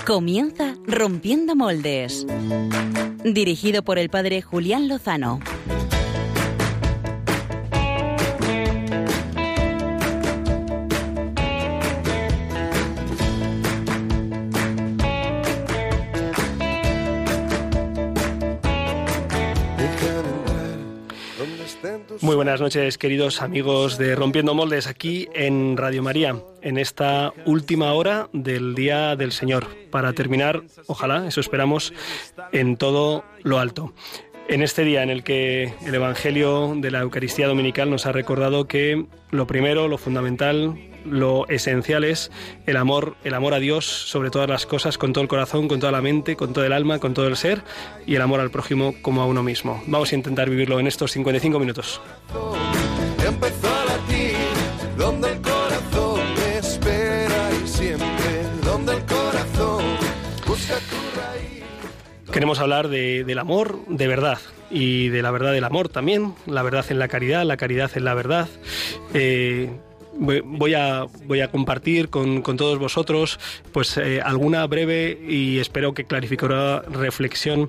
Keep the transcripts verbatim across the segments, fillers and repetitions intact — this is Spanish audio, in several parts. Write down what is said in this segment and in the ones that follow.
Comienza Rompiendo Moldes, dirigido por el padre Julián Lozano. Muy buenas noches, queridos amigos de Rompiendo Moldes, aquí en Radio María, en esta última hora del Día del Señor, para terminar, ojalá, eso esperamos, en todo lo alto. En este día en el que el Evangelio de la Eucaristía Dominical nos ha recordado que lo primero, lo fundamental, lo esencial es el amor, el amor a Dios sobre todas las cosas, con todo el corazón, con toda la mente, con todo el alma, con todo el ser, y el amor al prójimo como a uno mismo. Vamos a intentar vivirlo en estos cincuenta y cinco minutos. Empezó a latir, donde el corazón me espera y siempre, donde el corazón busca tu raíz. Queremos hablar de, del amor de verdad y de la verdad del amor también, la verdad en la caridad, la caridad en la verdad. Eh, Voy a, voy a compartir con, con todos vosotros pues eh, alguna breve y espero que clarificadora reflexión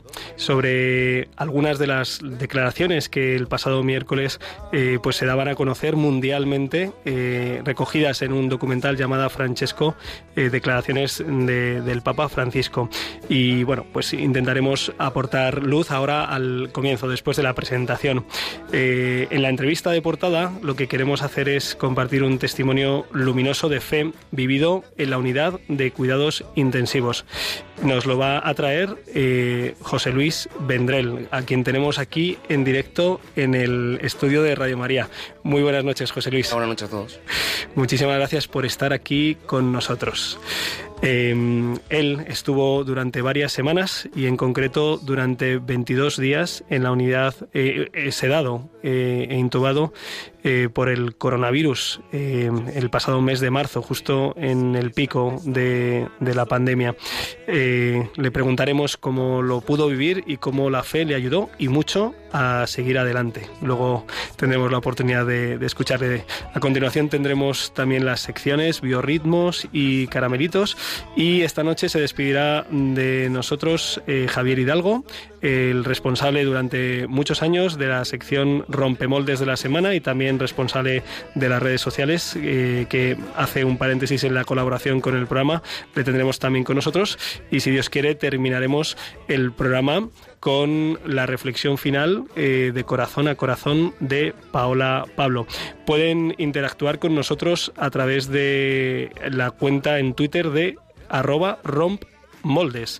sobre algunas de las declaraciones que el pasado miércoles eh, pues se daban a conocer mundialmente, eh, recogidas en un documental llamado Francesco, eh, declaraciones de, del Papa Francisco. Y bueno, pues intentaremos aportar luz ahora al comienzo, después de la presentación. Eh, en la entrevista de portada lo que queremos hacer es compartir un testimonio luminoso de fe vivido en la unidad de cuidados intensivos. Nos lo va a traer eh, José Luis Vendrell, a quien tenemos aquí en directo en el estudio de Radio María. Muy buenas noches, José Luis. Buenas noches a todos. Muchísimas gracias por estar aquí con nosotros. Eh, él estuvo durante varias semanas y en concreto durante veintidós días en la unidad eh, eh, sedado eh, e intubado eh, por el coronavirus eh, el pasado mes de marzo, justo en el pico de, de la pandemia. Eh, le preguntaremos cómo lo pudo vivir y cómo la fe le ayudó y mucho a seguir adelante. Luego tendremos la oportunidad de, de escucharle. A continuación tendremos también las secciones Biorritmos y Caramelitos. Y esta noche se despedirá de nosotros eh, Javier Hidalgo, el responsable durante muchos años de la sección Rompemoldes de la semana y también responsable de las redes sociales, eh, que hace un paréntesis en la colaboración con el programa. Le tendremos también con nosotros y si Dios quiere terminaremos el programa con la reflexión final eh, de Corazón a Corazón de Paola Pablo. Pueden interactuar con nosotros a través de la cuenta en Twitter de arroba rompmoldes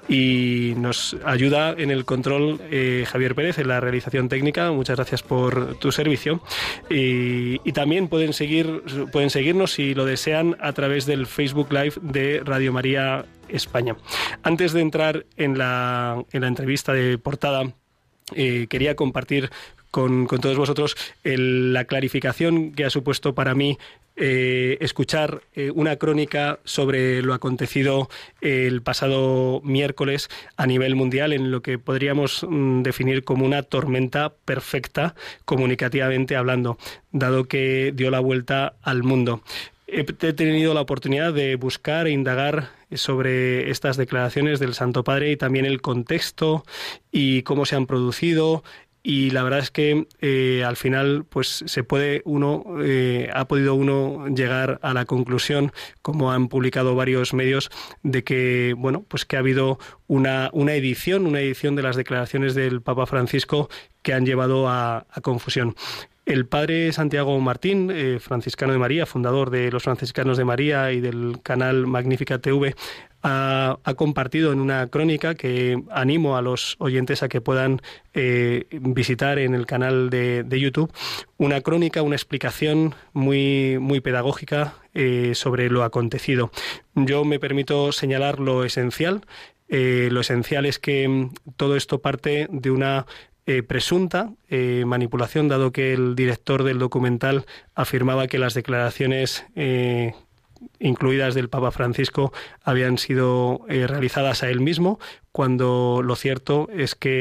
y nos ayuda en el control eh, Javier Pérez en la realización técnica. Muchas gracias por tu servicio y, y también pueden seguir pueden seguirnos si lo desean a través del Facebook Live de Radio María España. Antes de entrar en la, en la entrevista de portada, eh, quería compartir con, con todos vosotros el, la clarificación que ha supuesto para mí eh, escuchar eh, una crónica sobre lo acontecido eh, el pasado miércoles a nivel mundial en lo que podríamos mm, definir como una tormenta perfecta comunicativamente hablando, dado que dio la vuelta al mundo. He tenido la oportunidad de buscar e indagar sobre estas declaraciones del Santo Padre y también el contexto y cómo se han producido. Y la verdad es que eh, al final pues se puede uno eh, ha podido uno llegar a la conclusión, como han publicado varios medios, de que bueno pues que ha habido una una edición una edición de las declaraciones del Papa Francisco que han llevado a, a confusión. El padre Santiago Martín, eh, franciscano de María, fundador de los Franciscanos de María y del canal Magnífica T V, ha, ha compartido en una crónica que animo a los oyentes a que puedan eh, visitar en el canal de, de YouTube, una crónica, una explicación muy, muy pedagógica eh, sobre lo acontecido. Yo me permito señalar lo esencial. Eh, lo esencial es que todo esto parte de una Eh, presunta eh, manipulación, dado que el director del documental afirmaba que las declaraciones eh, incluidas del Papa Francisco habían sido eh, realizadas a él mismo, cuando lo cierto es que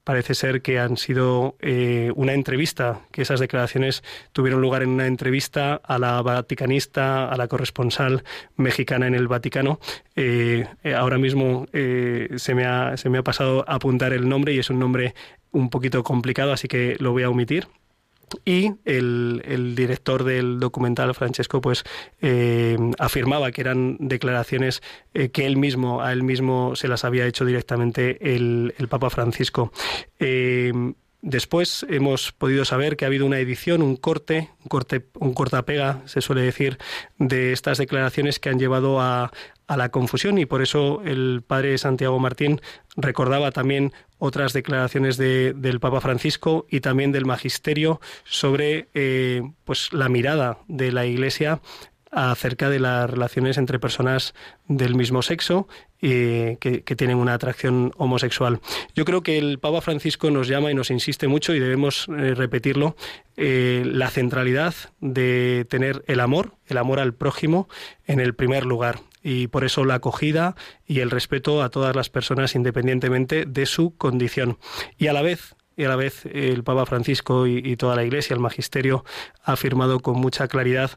parece ser que han sido eh, una entrevista, que esas declaraciones tuvieron lugar en una entrevista a la vaticanista, a la corresponsal mexicana en el Vaticano. Eh, ahora mismo eh, se me ha, se me ha pasado a apuntar el nombre y es un nombre un poquito complicado, así que lo voy a omitir. Y el, el director del documental, Francesco, pues eh, afirmaba que eran declaraciones eh, que él mismo, a él mismo se las había hecho directamente el, el Papa Francisco. Eh, Después hemos podido saber que ha habido una edición, un corte, un corte, un cortapega, se suele decir, de estas declaraciones que han llevado a, a la confusión, y por eso el padre Santiago Martín recordaba también otras declaraciones de, del Papa Francisco y también del Magisterio sobre eh, pues la mirada de la Iglesia acerca de las relaciones entre personas del mismo sexo eh, que, que tienen una atracción homosexual. Yo creo que el Papa Francisco nos llama y nos insiste mucho, y debemos eh, repetirlo, eh, la centralidad de tener el amor, el amor al prójimo en el primer lugar. Y por eso la acogida y el respeto a todas las personas independientemente de su condición. Y a la vez, y a la vez el Papa Francisco y, y toda la Iglesia, el Magisterio, ha afirmado con mucha claridad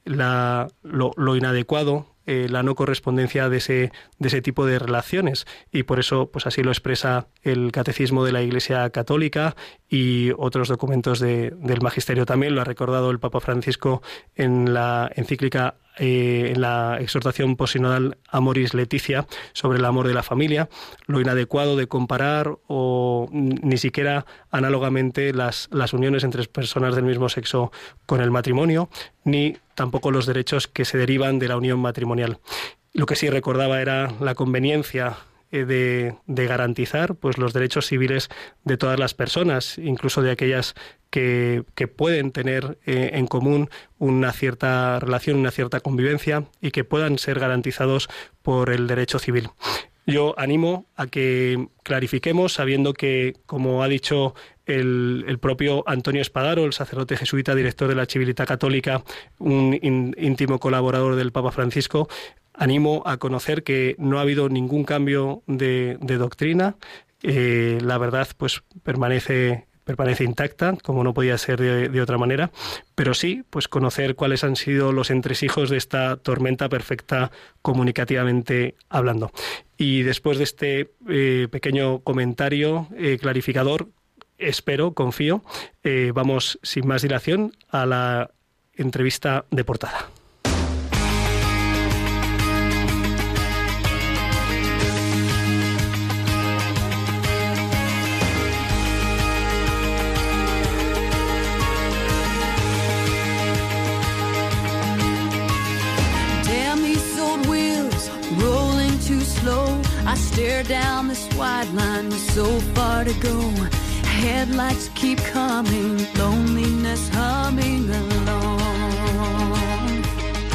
la, lo, lo inadecuado, eh, la no correspondencia de ese, de ese tipo de relaciones, y por eso pues así lo expresa el Catecismo de la Iglesia Católica y otros documentos de, del Magisterio. También lo ha recordado el Papa Francisco en la encíclica Eh, en la exhortación posinodal Amoris Laetitia sobre el amor de la familia, lo inadecuado de comparar o ni siquiera análogamente las, las uniones entre personas del mismo sexo con el matrimonio, ni tampoco los derechos que se derivan de la unión matrimonial. Lo que sí recordaba era la conveniencia De, de garantizar pues los derechos civiles de todas las personas, incluso de aquellas que, que pueden tener eh, en común una cierta relación, una cierta convivencia, y que puedan ser garantizados por el derecho civil. Yo animo a que clarifiquemos, sabiendo que, como ha dicho el, el propio Antonio Spadaro, el sacerdote jesuita, director de la Civiltà Católica, un in, íntimo colaborador del Papa Francisco, animo a conocer que no ha habido ningún cambio de, de doctrina. Eh, la verdad pues permanece permanece intacta, como no podía ser de, de otra manera, pero sí pues conocer cuáles han sido los entresijos de esta tormenta perfecta comunicativamente hablando. Y después de este eh, pequeño comentario eh, clarificador, espero, confío, eh, vamos sin más dilación a la entrevista de portada. I stare down this wide line with so far to go. Headlights keep coming, loneliness humming along.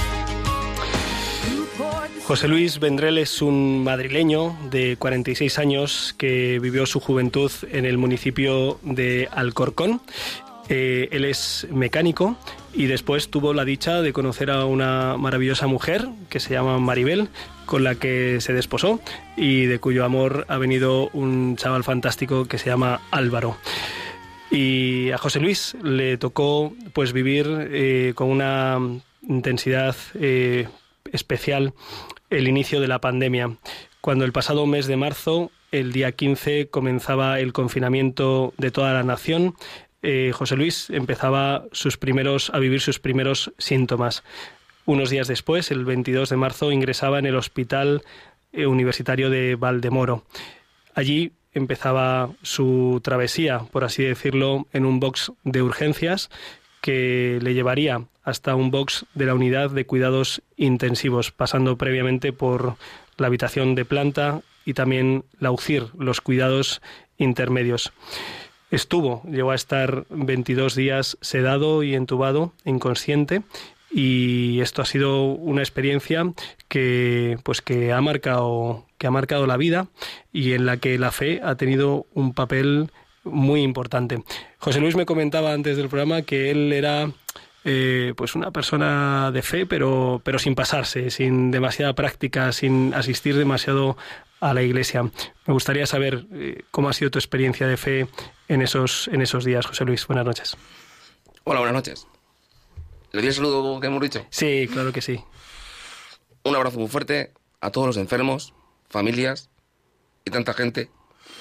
José Luis Vendrell es un madrileño de cuarenta y seis años que vivió su juventud en el municipio de Alcorcón. Eh, él es mecánico y después tuvo la dicha de conocer a una maravillosa mujer que se llama Maribel, con la que se desposó y de cuyo amor ha venido un chaval fantástico que se llama Álvaro. Y a José Luis le tocó pues vivir eh, con una intensidad eh, especial el inicio de la pandemia, cuando el pasado mes de marzo, el día quince, comenzaba el confinamiento de toda la nación. Eh, José Luis empezaba sus primeros, a vivir sus primeros síntomas. Unos días después, el veintidós de marzo, ingresaba en el Hospital eh, Universitario de Valdemoro. Allí empezaba su travesía, por así decirlo, en un box de urgencias que le llevaría hasta un box de la unidad de cuidados intensivos, pasando previamente por la habitación de planta y también la U C I R, los cuidados intermedios. Estuvo, llegó a estar veintidós días sedado y entubado, inconsciente, y esto ha sido una experiencia que, pues que ha marcado, que ha marcado la vida y en la que la fe ha tenido un papel muy importante. José Luis me comentaba antes del programa que él era eh, pues una persona de fe, pero, pero sin pasarse, sin demasiada práctica, sin asistir demasiado a la iglesia. Me gustaría saber eh, cómo ha sido tu experiencia de fe en esos, en esos días, José Luis. Buenas noches. Hola, buenas noches. ¿Le di el saludo que hemos dicho? Sí, claro que sí. Un abrazo muy fuerte a todos los enfermos, familias y tanta gente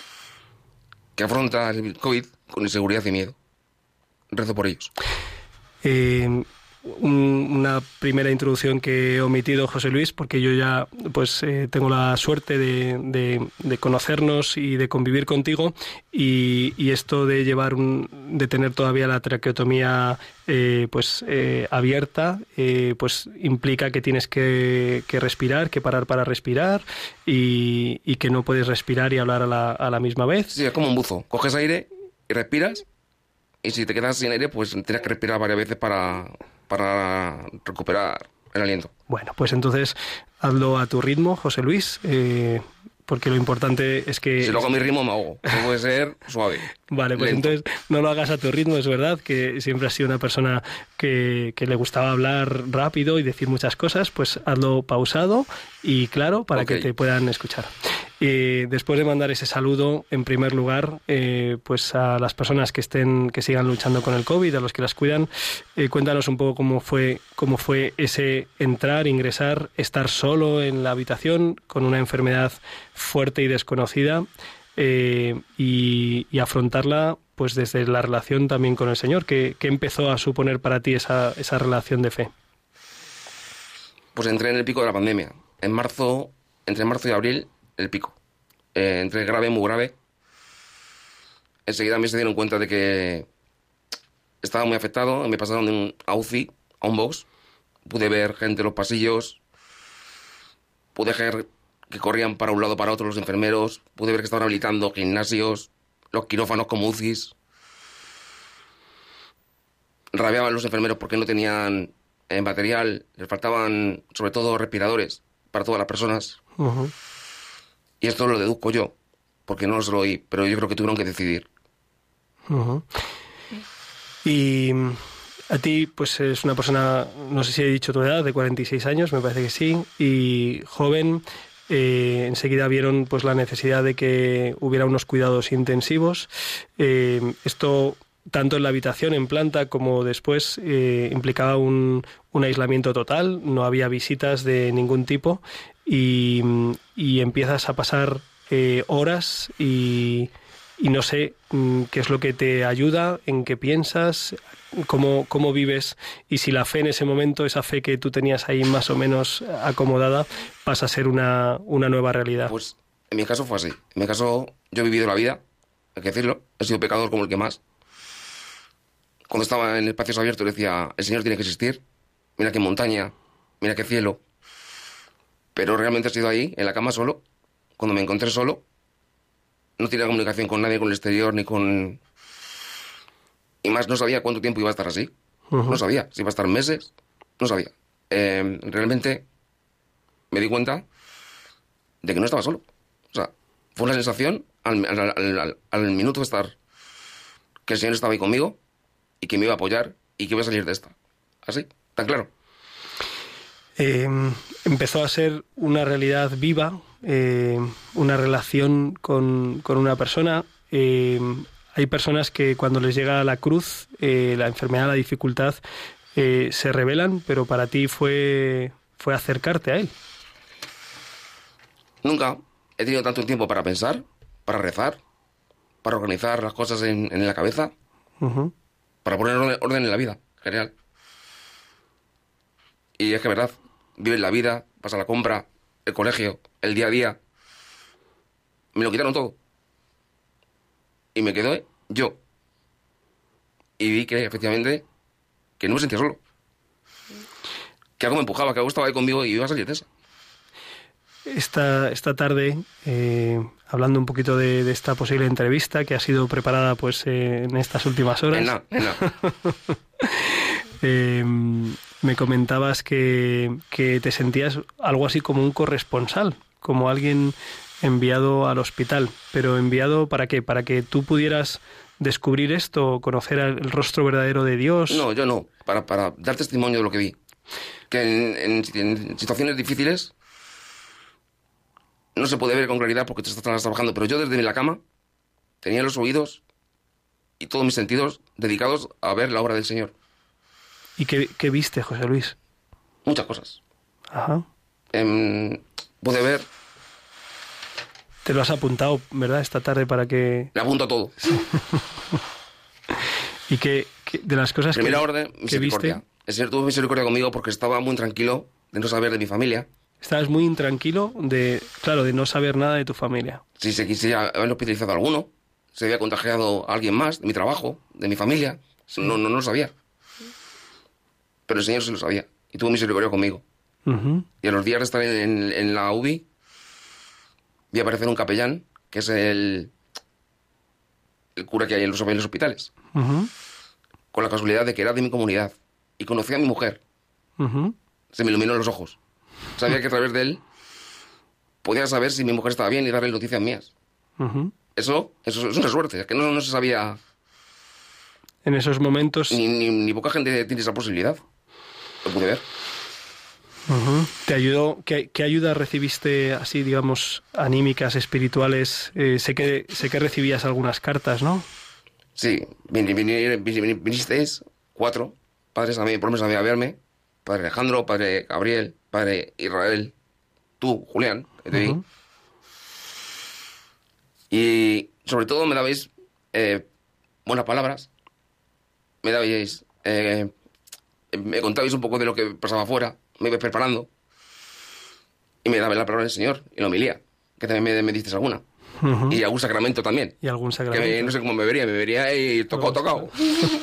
que afronta el COVID con inseguridad y miedo. Rezo por ellos. Eh, un, una primera introducción que he omitido, José Luis, porque yo ya pues eh, tengo la suerte de, de, de conocernos y de convivir contigo, y, y esto de llevar un, de tener todavía la traqueotomía eh, pues eh, abierta, eh, pues implica que tienes que, que respirar, que parar para respirar, y, y que no puedes respirar y hablar a la, a la misma vez. Sí, es como un buzo. Coges aire y respiras, y si te quedas sin aire, pues tienes que respirar varias veces para, para recuperar el aliento. Bueno, pues entonces hazlo a tu ritmo, José Luis, eh, porque lo importante es que... Si lo hago a mi ritmo me ahogo. No puede ser suave. Vale, pues lento. entonces no lo hagas a tu ritmo. Es verdad que siempre has sido una persona que, que le gustaba hablar rápido y decir muchas cosas, pues hazlo pausado y claro para Okay. que te puedan escuchar. Y después de mandar ese saludo, en primer lugar, eh, pues a las personas que estén, que sigan luchando con el COVID, a los que las cuidan, eh, cuéntanos un poco cómo fue, cómo fue ese entrar, ingresar, estar solo en la habitación con una enfermedad fuerte y desconocida, eh, y, y afrontarla pues desde la relación también con el Señor. ¿Qué, qué empezó a suponer para ti esa, esa relación de fe? Pues entré en el pico de la pandemia. En marzo, entre marzo y abril, el pico. Eh, entré grave, muy grave. Enseguida me se dieron cuenta de que estaba muy afectado. Me pasaron de un a U C I a un box. Pude ver gente en los pasillos. Pude ver que corrían para un lado para otro los enfermeros. Pude ver que estaban habilitando gimnasios, los quirófanos como U C Is. Rabiaban los enfermeros porque no tenían eh, material. Les faltaban, sobre todo, respiradores para todas las personas. Uh-huh. Y esto lo deduzco yo, porque no se lo oí, pero yo creo que tuvieron que decidir. Uh-huh. Y a ti, pues eres una persona, no sé si he dicho tu edad, de cuarenta y seis años, me parece que sí, y joven. Eh, enseguida vieron pues la necesidad de que hubiera unos cuidados intensivos. Eh, esto, tanto en la habitación, en planta, como después, eh, implicaba un, un aislamiento total, no había visitas de ningún tipo, y, y empiezas a pasar eh, horas y, y no sé mm, qué es lo que te ayuda, en qué piensas, cómo, cómo vives, y si la fe en ese momento, esa fe que tú tenías ahí más o menos acomodada, pasa a ser una, una nueva realidad. Pues en mi caso fue así. En mi caso yo he vivido la vida, hay que decirlo, he sido pecador como el que más. Cuando estaba en espacios abiertos decía, el Señor tiene que existir, mira qué montaña, mira qué cielo. Pero realmente he sido ahí, en la cama solo, cuando me encontré solo, no tenía comunicación con nadie, con el exterior, ni con... Y más, no sabía cuánto tiempo iba a estar así. Uh-huh. No sabía, si iba a estar meses, no sabía. Eh, realmente me di cuenta de que no estaba solo. O sea, fue una sensación al, al, al, al, al minuto de estar, que el Señor estaba ahí conmigo y que me iba a apoyar y que iba a salir de esta. Así, tan claro. Eh, empezó a ser una realidad viva, eh, una relación con, con una persona. Eh, hay personas que cuando les llega la cruz, eh, la enfermedad, la dificultad, eh, se rebelan, pero para ti fue, fue acercarte a Él. Nunca he tenido tanto tiempo para pensar, para rezar, para organizar las cosas en, en la cabeza, uh-huh. para poner orden, orden en la vida, genial. Y es que, verdad, vives la vida, vas a la compra, el colegio, el día a día. Me lo quitaron todo. Y me quedé yo. Y vi que, efectivamente, que no me sentía solo. Que algo me empujaba, que algo estaba ahí conmigo y iba a salir de esa. Esta, esta tarde, eh, hablando un poquito de, de esta posible entrevista que ha sido preparada pues eh, en estas últimas horas. En nada, en nada. eh, me comentabas que, que te sentías algo así como un corresponsal, como alguien enviado al hospital. ¿Pero enviado para qué? ¿Para que tú pudieras descubrir esto, conocer el rostro verdadero de Dios? No, yo no, para, para dar testimonio de lo que vi. Que en, en, en situaciones difíciles no se puede ver con claridad porque te estás trabajando, pero yo desde la cama tenía los oídos y todos mis sentidos dedicados a ver la obra del Señor. ¿Y qué, qué viste, José Luis? Muchas cosas. Ajá. Eh, pude ver... Te lo has apuntado, ¿verdad?, esta tarde para que... Le apunto a todo. ¿Y qué, qué de las cosas Primera que, orden, que misericordia. viste? El Señor tuvo misericordia conmigo porque estaba muy tranquilo de no saber de mi familia. Estabas muy intranquilo de, claro, de no saber nada de tu familia. Si se quisiera haber hospitalizado a alguno, se había contagiado a alguien más de mi trabajo, de mi familia. No, no, no lo sabía. Pero el Señor sí lo sabía. Y tuvo misericordia conmigo. Uh-huh. Y a los días de estar en, en, en la U B I, vi aparecer un capellán, que es el, el cura que hay en los, en los hospitales. Uh-huh. Con la casualidad de que era de mi comunidad. Y conocía a mi mujer. Uh-huh. Se me iluminó los ojos. Sabía que a través de él podía saber si mi mujer estaba bien y darle noticias mías. Uh-huh. Eso, eso es una suerte, es que no, no se sabía... En esos momentos... Ni, ni, ni poca gente tiene esa posibilidad. Lo pude ver. Uh-huh. ¿Te ayudó? ¿Qué, qué ayuda recibiste así, digamos, anímicas, espirituales? Eh, sé que sé que recibías algunas cartas, ¿no? Sí, vin, vin, vin, vin, vinisteis cuatro padres a mí, por lo menos a mí a verme. Padre Alejandro, padre Gabriel, padre Israel, tú, Julián, que te vi. Uh-huh. Y sobre todo me dabais eh, buenas palabras. Me dabais... Eh, me contabais un poco de lo que pasaba afuera. Me ibais preparando. Y me dabais la palabra del Señor y la homilía, que también me, me diste alguna. Uh-huh. Y algún sacramento también. Y algún Que sacramento. me- no sé cómo me vería, me vería ahí tocado, tocado.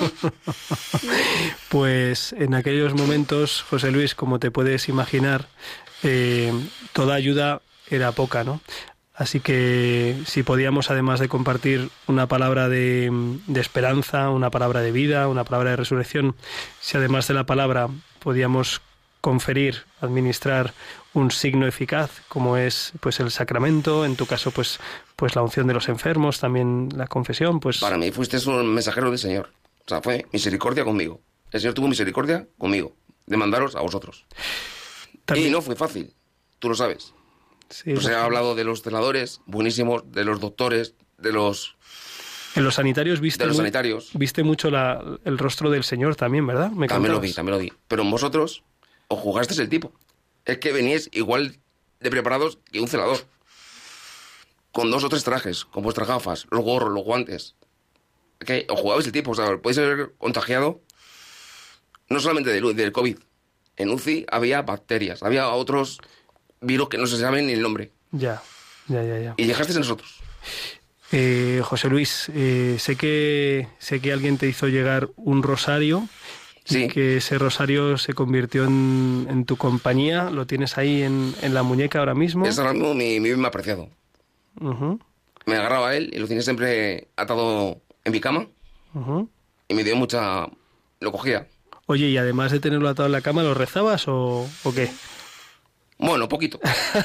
Pues en aquellos momentos, José Luis, como te puedes imaginar, eh, toda ayuda era poca, ¿no? Así que si podíamos, además de compartir una palabra de, de esperanza, una palabra de vida, una palabra de resurrección, si además de la palabra podíamos conferir, administrar un signo eficaz, como es pues el sacramento, en tu caso pues pues la unción de los enfermos, también la confesión, pues Para mí fuiste un mensajero del Señor. O sea, fue misericordia conmigo. El Señor tuvo misericordia conmigo, de mandaros a vosotros. también, Y no fue fácil, tú lo sabes. sí, Pues he hablado de los celadores, buenísimos, de los doctores, de los, en los sanitarios viste de los mu- sanitarios. viste mucho la, el rostro del Señor también, ¿verdad? Me También lo vi, contabas. también lo vi. Pero en vosotros os jugasteis el tipo. Es que veníais igual de preparados que un celador. Con dos o tres trajes, con vuestras gafas, los gorros, los guantes. Es que os jugabais el tipo. O sea, podéis haber contagiado no solamente del, del COVID. En U C I había bacterias, había otros virus que no se saben ni el nombre. Ya, ya, ya, ya. Y llegasteis a nosotros. Eh, José Luis, eh, sé que sé que alguien te hizo llegar un rosario Sí. y que ese rosario se convirtió en, en tu compañía. Lo tienes ahí en, en la muñeca ahora mismo. Es ahora mismo mi, mi bien apreciado. Ujú, Me agarraba a él y lo tenía siempre atado en mi cama ujú. y me dio mucha... Lo cogía. Oye, y además de tenerlo atado en la cama, ¿lo rezabas o, o qué? Bueno, poquito.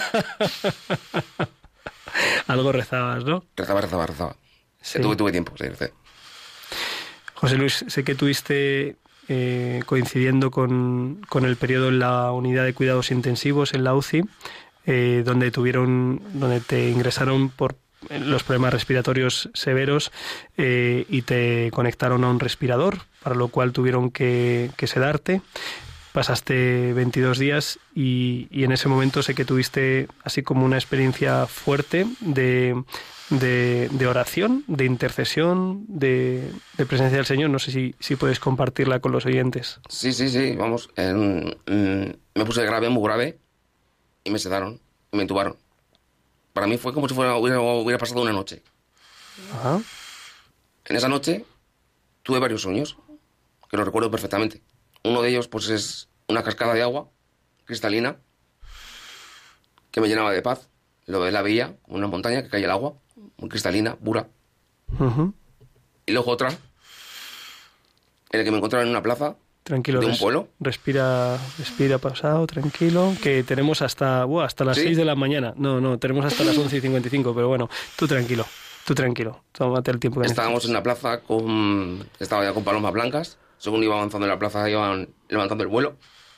Algo rezabas, ¿no? Rezaba, rezaba, rezaba. Sí. Tuve, tuve tiempo, sí, recé. José Luis, sé que tuviste, eh, coincidiendo con, con el periodo en la unidad de cuidados intensivos, en la U C I, eh, donde tuvieron, donde te ingresaron por los problemas respiratorios severos eh, y te conectaron a un respirador, para lo cual tuvieron que, que sedarte. Pasaste veintidós días y, y en ese momento sé que tuviste así como una experiencia fuerte de, de, de oración, de intercesión, de, de presencia del Señor. No sé si, si puedes compartirla con los oyentes. Sí, sí, sí, vamos. en- en- me puse grave, muy grave, y me sedaron, y me intubaron. Para mí fue como si fuera, hubiera, hubiera pasado una noche. Ajá. En esa noche tuve varios sueños, que los recuerdo perfectamente. Uno de ellos, pues, es una cascada de agua cristalina que me llenaba de paz. Lo la veía, una montaña que caía el agua, muy cristalina, pura. Ujú. Y luego otra, en la que me encontraba en una plaza Tranquilo. de un res- pueblo. Respira, respira pasado, tranquilo. Que tenemos hasta, buah, hasta las ¿Sí? seis de la mañana. No, no, tenemos hasta las once y cincuenta y cinco, pero bueno, tú tranquilo. Tú tranquilo, tómate el tiempo que Estábamos necesites. en una plaza con... Estaba ya con palomas blancas. Según iba avanzando en la plaza, iban levantando el vuelo.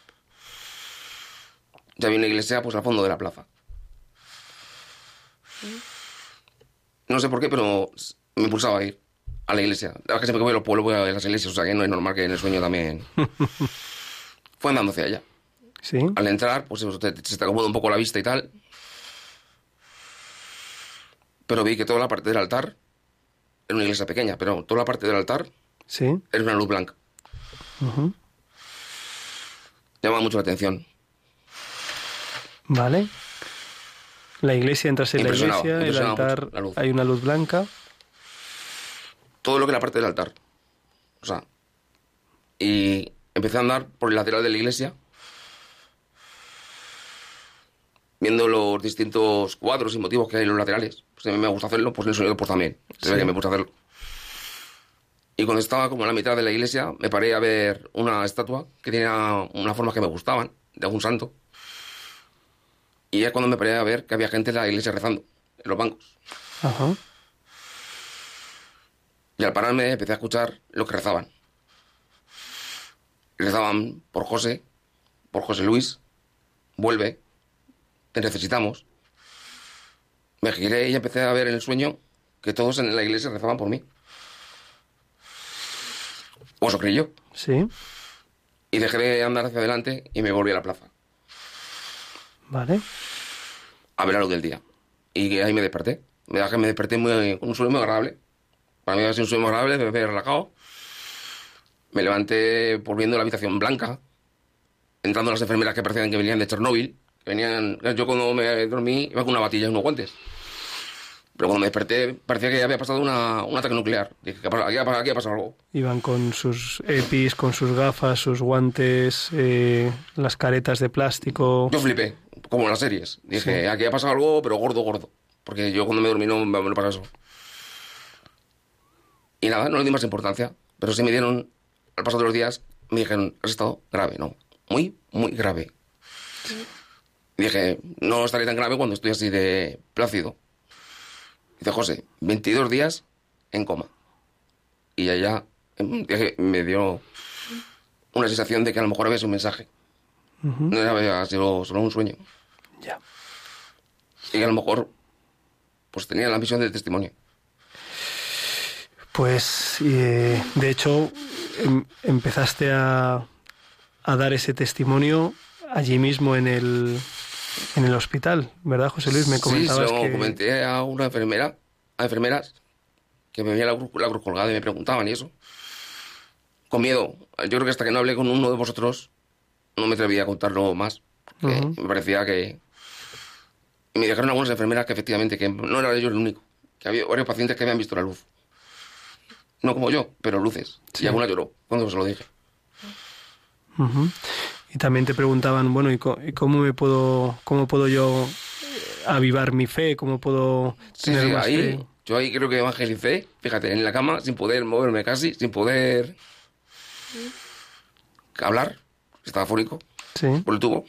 Ya había una iglesia, pues, al fondo de la plaza. No sé por qué, pero me impulsaba a ir a la iglesia. La verdad es que siempre que voy a los pueblos voy a las iglesias, o sea que no es normal que en el sueño también... Fue andando hacia allá. Sí, Al entrar, pues se te, se te acomoda un poco la vista y tal. Pero vi que toda la parte del altar... Era una iglesia pequeña, pero toda la parte del altar sí. era una luz blanca. Ujú. Llamaba mucho la atención. Vale. La iglesia, entras en la Impresionado, iglesia, el impresionado altar, mucho la luz. hay una luz blanca. Todo lo que era la parte del altar. O sea... Y empecé a andar por el lateral de la iglesia, viendo los distintos cuadros y motivos que hay en los laterales. Pues a mí me gusta hacerlo, pues en el sonido pues también. Se ve Sí. que me gusta hacerlo. Y cuando estaba como a la mitad de la iglesia, me paré a ver una estatua que tenía unas formas que me gustaban, de algún santo. Y es cuando me paré a ver que había gente en la iglesia rezando, en los bancos. Ajá. Y al pararme empecé a escuchar lo que rezaban. Y rezaban por José, por José Luis, vuelve, te necesitamos. Me giré y empecé a ver en el sueño que todos en la iglesia rezaban por mí. O eso creí yo. Sí, Y dejé de andar hacia adelante y me volví a la plaza, vale. a ver la luz del día. Y ahí me desperté. Me, me desperté muy, con un sueño muy agradable. Para mí había sido un sueño muy agradable, me había relajado. Me levanté por viendo la habitación blanca, entrando las enfermeras que parecían que venían de Chernóbil. Que venían, yo cuando me dormí iba con una batilla y unos guantes. Pero cuando me desperté parecía que había pasado una, un ataque nuclear. Dije, ¿qué ha pasado? Aquí, ha, aquí ha pasado algo. Iban con sus EPIs, con sus gafas, sus guantes, eh, las caretas de plástico. Yo flipé, como en las series. Dije, Sí. aquí ha pasado algo, pero gordo, gordo. Porque yo cuando me dormí no me, me lo pasaba eso. Y nada, no le di más importancia. Pero sí me dieron, al paso de los días, me dijeron, has estado grave, no. Muy, muy grave. Y dije, no estaré tan grave cuando estoy así de plácido. Dice, José, veintidós días en coma. Y allá dije, me dio una sensación de que a lo mejor había sido un mensaje. Ujú. No había sido solo un sueño. Ya. Y que a lo mejor pues tenía la misión del testimonio. Pues, eh, de hecho, em- empezaste a, a dar ese testimonio allí mismo en el, en el hospital, ¿verdad, José Luis? Me comentabas sí, se lo que... comenté a una enfermera, a enfermeras, que me veía la cruz, la cruz colgada y me preguntaban y eso. Con miedo. Yo creo que hasta que no hablé con uno de vosotros, no me atrevía a contarlo más. Porque Ujú. me parecía que... Y me dijeron algunas enfermeras que efectivamente, que no era yo el único. Que había varios pacientes que habían visto la luz. No como yo, pero luces. Sí. Y alguna lloró cuando se lo dije. Ujú. Y también te preguntaban, bueno, ¿y co- y cómo me puedo, cómo puedo yo avivar mi fe? ¿Cómo puedo Sí, tener sí, más ahí, fe? yo ahí creo que evangelicé, fíjate, en la cama, sin poder moverme casi, sin poder hablar, estaba fónico Sí, por el tubo.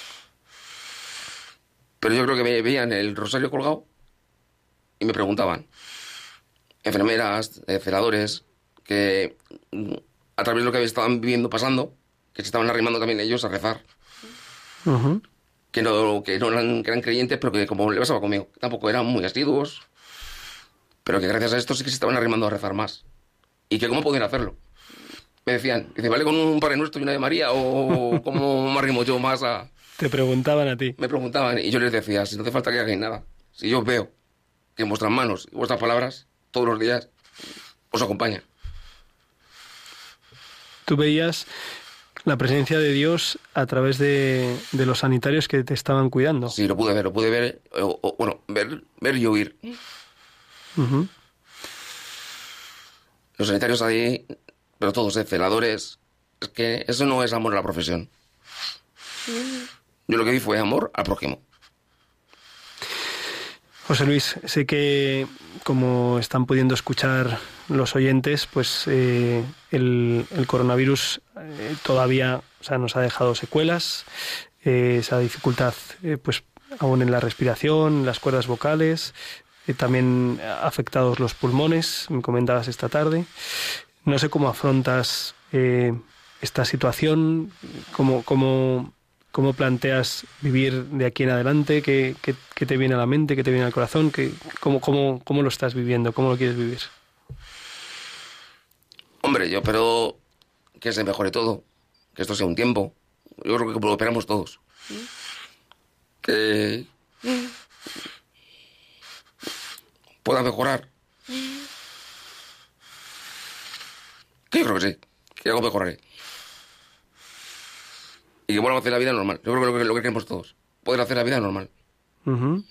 Pero yo creo que me veían el rosario colgado y me preguntaban, enfermeras, eh, celadores, que mm, a través de lo que estaban viviendo, pasando, que se estaban arrimando también ellos a rezar. ujú, Que no, que no eran, que eran creyentes, pero que como le pasaba conmigo, que tampoco eran muy asiduos, pero que gracias a esto sí que se estaban arrimando a rezar más. Y que cómo podían hacerlo. Me decían, dice, ¿vale con un Padre Nuestro y una de María? ¿O cómo me arrimo yo más a...? te preguntaban a ti. Me preguntaban, y yo les decía, si no hace falta que hagáis nada. Si yo veo que en vuestras manos y vuestras palabras, todos los días, os acompaña. Tú veías la presencia de Dios a través de, de los sanitarios que te estaban cuidando. Sí, lo pude ver, lo pude ver, o, o, bueno, ver, ver y oír. Ujú. Los sanitarios ahí, pero todos, ¿eh? Celadores. Es que eso no es amor a la profesión. Yo lo que vi fue amor al prójimo. José Luis, sé que como están pudiendo escuchar los oyentes, pues eh, el, el coronavirus eh, todavía, o sea, nos ha dejado secuelas, eh, esa dificultad, eh, pues aún en la respiración, en las cuerdas vocales, eh, también afectados los pulmones, me comentabas esta tarde. No sé cómo afrontas eh, esta situación, cómo, cómo, cómo planteas vivir de aquí en adelante, qué, qué, qué te viene a la mente, qué te viene al corazón, qué, cómo, cómo, cómo lo estás viviendo, cómo lo quieres vivir. Hombre, yo espero que se mejore todo, que esto sea un tiempo. Yo creo que lo esperamos todos. Que pueda mejorar. Que yo creo que sí, que algo mejoraré. Y que vuelva a hacer la vida normal. Yo creo que lo que, lo que queremos todos, poder hacer la vida normal. Uh-huh.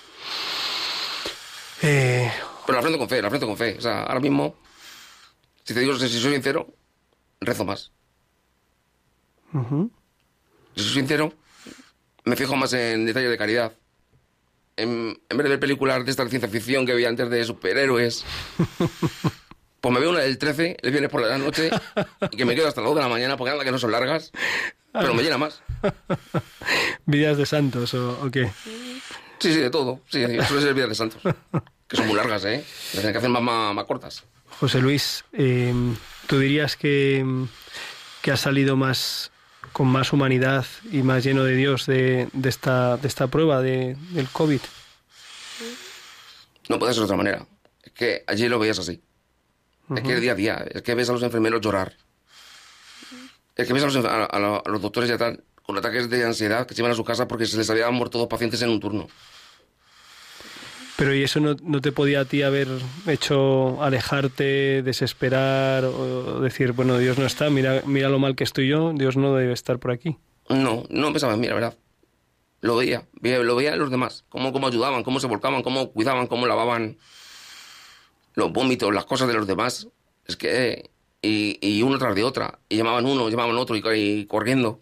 Eh... Pero la afronto con fe, la afronto con fe. O sea, ahora mismo, si te digo, si soy sincero, rezo más. Uh-huh. Si soy sincero, me fijo más en detalles de caridad. En, en vez de ver películas de esta ciencia ficción que veía antes de superhéroes, pues me veo una del trece, el viernes por la noche, y que me quedo hasta las dos de la mañana, porque nada que no son largas, pero me llena más. ¿Vidas de santos o, o qué? Sí, sí, de todo. Sí, suele ser vidas de santos. Que son muy largas, ¿eh? Las tienen que hacer más, más, más cortas. José Luis, eh, ¿tú dirías que, que has salido más con más humanidad y más lleno de Dios de, de, esta, de esta prueba de, del COVID? No puede ser de otra manera. Es que allí lo veías así. Uh-huh. Es que el día a día. Es que ves a los enfermeros llorar. Es que ves a los, a, a, a los doctores ya tal, con ataques de ansiedad que se iban a su casa porque se les habían muerto dos pacientes en un turno. Pero ¿y eso no, no te podía a ti haber hecho alejarte, desesperar o decir, bueno, Dios no está, mira, mira lo mal que estoy yo, Dios no debe estar por aquí? No, no pensaba en mí, la verdad. Lo veía, veía lo veía en los demás, cómo, cómo ayudaban, cómo se volcaban, cómo cuidaban, cómo lavaban los vómitos, las cosas de los demás. Es que... Y, y uno tras de otra, y llamaban uno, llamaban otro, y, y corriendo.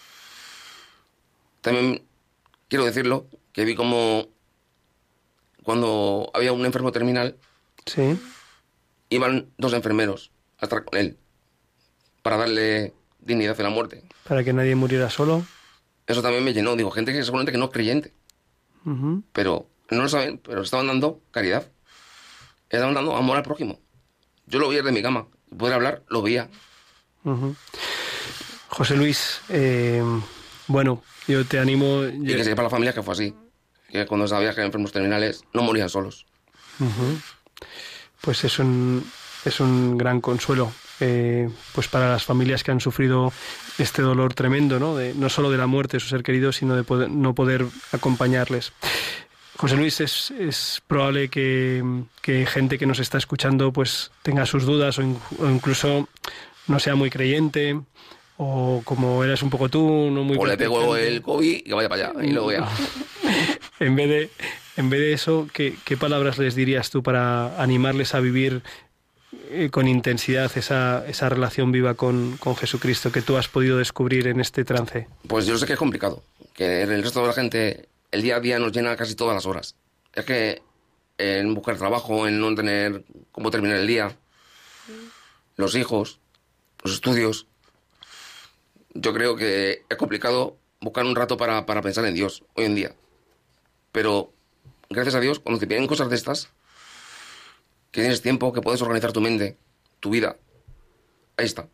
También quiero decirlo, que vi como cuando había un enfermo terminal, sí, iban dos enfermeros a estar con él, para darle dignidad a la muerte. Para que nadie muriera solo. Eso también me llenó, digo, gente que seguramente que no es creyente, uh-huh. pero no lo saben, pero estaban dando caridad, estaban dando amor al prójimo. Yo lo veía desde mi cama, poder hablar, lo veía. Uh-huh. José Luis, eh, bueno, yo te animo... Y que sepa la familia que fue así, que cuando sabía que enfermos terminales no morían solos. Uh-huh. Pues es un, es un gran consuelo, eh, pues para las familias que han sufrido este dolor tremendo, ¿no? De, no solo de la muerte de su ser querido, sino de poder, no poder acompañarles. José Luis, es, es probable que, que gente que nos está escuchando pues tenga sus dudas o, in, o incluso no sea muy creyente, o como eres un poco tú, no muy... O le pego el COVID y que vaya para allá y lo vea. en vez de en vez de eso, ¿qué, qué palabras les dirías tú para animarles a vivir eh, con intensidad esa, esa relación viva con, con Jesucristo que tú has podido descubrir en este trance? Pues yo sé que es complicado, que el resto de la gente... El día a día nos llena casi todas las horas. Es que en buscar trabajo, en no tener cómo terminar el día, los hijos, los estudios. Yo creo que es complicado buscar un rato para, para pensar en Dios hoy en día. Pero gracias a Dios, cuando te piden cosas de estas, que tienes tiempo, que puedes organizar tu mente, tu vida, ahí está.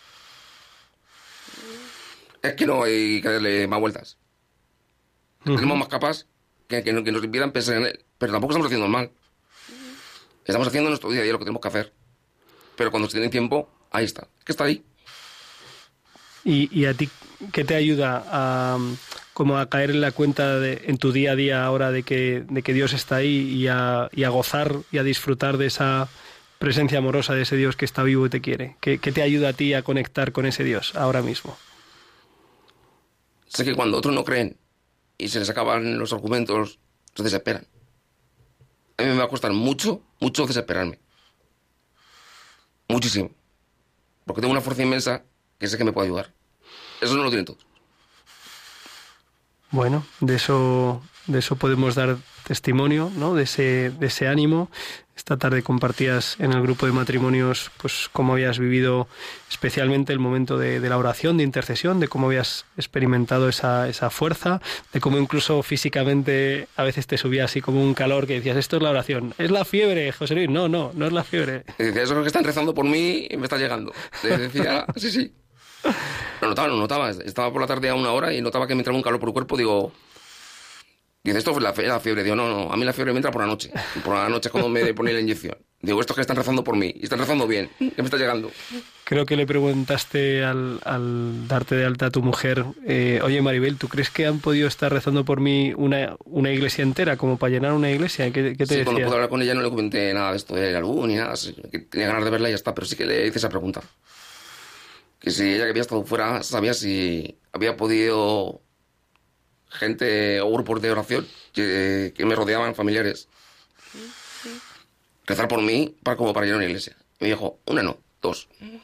Es que no hay que darle más vueltas. Uh-huh. Tenemos más capas que, que, que nos impiedan pensar en él. Pero tampoco estamos haciendo mal. Estamos haciendo nuestro día a día lo que tenemos que hacer. Pero cuando se tiene tiempo, ahí está. Es que está ahí. ¿Y, y a ti qué te ayuda a, como a caer en la cuenta de, en tu día a día ahora de que, de que Dios está ahí y a, y a gozar y a disfrutar de esa presencia amorosa de ese Dios que está vivo y te quiere? ¿Qué, qué te ayuda a ti a conectar con ese Dios ahora mismo? Sé que cuando otros no creen y se les acaban los argumentos, se desesperan. A mí me va a costar mucho, mucho desesperarme. Muchísimo. Porque tengo una fuerza inmensa que sé que me puede ayudar. Eso no lo tienen todos. Bueno, de eso, de eso podemos dar testimonio, ¿no? De ese, de ese ánimo, esta tarde compartías en el grupo de matrimonios pues cómo habías vivido especialmente el momento de, de la oración, de intercesión, de cómo habías experimentado esa, esa fuerza, de cómo incluso físicamente a veces te subía así como un calor que decías, esto es la oración, es la fiebre, José Luis, no, no, no es la fiebre. Y decía, eso es que están rezando por mí y me está llegando. Le decía, sí, sí. Lo notaba, lo notaba. Estaba por la tarde a una hora y notaba que me entraba un calor por el cuerpo. Digo, dice, esto es la, fe, la fiebre. Digo, no, no, a mí la fiebre me entra por la noche. Por la noche es cuando me pone la inyección. Digo, estos que están rezando por mí y están rezando bien, que me está llegando. Creo que le preguntaste al, al darte de alta a tu mujer, eh, oye Maribel, ¿tú crees que han podido estar rezando por mí una, una iglesia entera, como para llenar una iglesia? ¿Qué, qué te sí, decía? Cuando pude hablar con ella no le comenté nada de esto de la luz ni nada. Tenía ganas de verla y ya está, pero sí que le hice esa pregunta. Que si ella que había estado fuera sabía si había podido gente o grupos de oración que, que me rodeaban, familiares, rezar por mí para, como para llenar una iglesia. Y me dijo, una no, dos.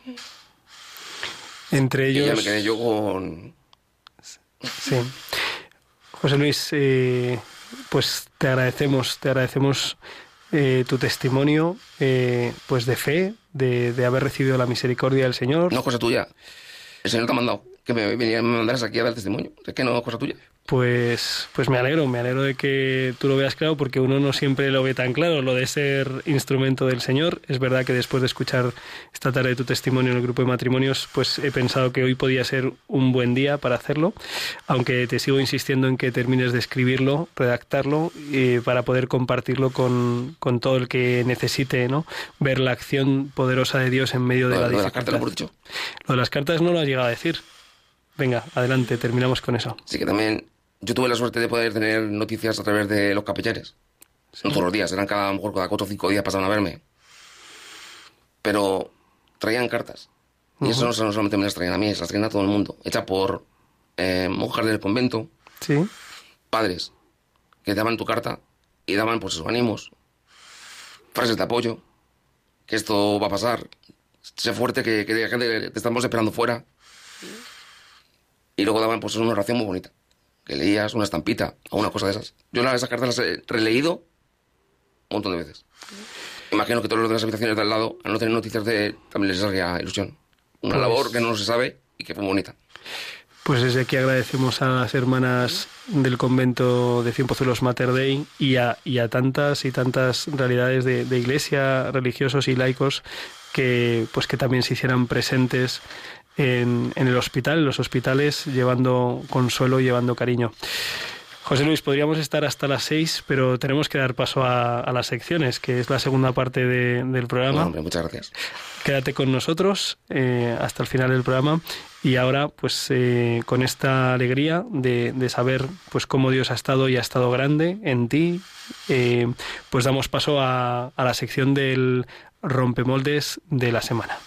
Entre ellos... Y ya me quedé yo con... Sí. José Luis, eh, pues te agradecemos, te agradecemos eh, tu testimonio eh, pues de fe, de, de haber recibido la misericordia del Señor. No es cosa tuya. El Señor te ha mandado que me, me mandaras aquí a dar testimonio. Es que no es cosa tuya. Pues, pues me alegro, me alegro de que tú lo veas claro, porque uno no siempre lo ve tan claro, lo de ser instrumento del Señor. Es verdad que después de escuchar esta tarde tu testimonio en el grupo de matrimonios, pues he pensado que hoy podía ser un buen día para hacerlo, aunque te sigo insistiendo en que termines de escribirlo, redactarlo, eh, para poder compartirlo con, con todo el que necesite, ¿no? Ver la acción poderosa de Dios en medio de Lo, la lo de dificultad. las cartas lo hemos dicho. Lo de las cartas no lo has llegado a decir. Venga, adelante, terminamos con eso. Sí, que también yo tuve la suerte de poder tener noticias a través de los capellanes. Sí. No todos los días, eran cada, a lo mejor cada cuatro o cinco días pasaban a verme. Pero traían cartas. Y uh-huh. eso no solamente me las traían a mí, se las traían a todo el mundo. Hechas por eh, monjas del convento, sí. padres, que daban tu carta y daban pues sus ánimos, frases de apoyo, que esto va a pasar, sé fuerte, que, que, que te estamos esperando fuera. Y luego daban pues una oración muy bonita, que leías una estampita o una cosa de esas. Yo esas cartas las he releído un montón de veces. Imagino que todos los de las habitaciones de al lado, al no tener noticias de, también les haría ilusión. Una pues, labor que no se sabe y que fue bonita. Pues desde aquí agradecemos a las hermanas del convento de Cienpozuelos Mater Dei y a, y a tantas y tantas realidades de, de iglesia, religiosos y laicos que, pues, que también se hicieran presentes En, en el hospital, en los hospitales, llevando consuelo, llevando cariño. José Luis, podríamos estar hasta las seis, pero tenemos que dar paso a, a las secciones, que es la segunda parte de, del programa. No, hombre, muchas gracias. Quédate con nosotros eh, hasta el final del programa y ahora, pues, eh, con esta alegría de, de saber, pues, cómo Dios ha estado y ha estado grande en ti, eh, pues damos paso a, a la sección del rompemoldes de la semana.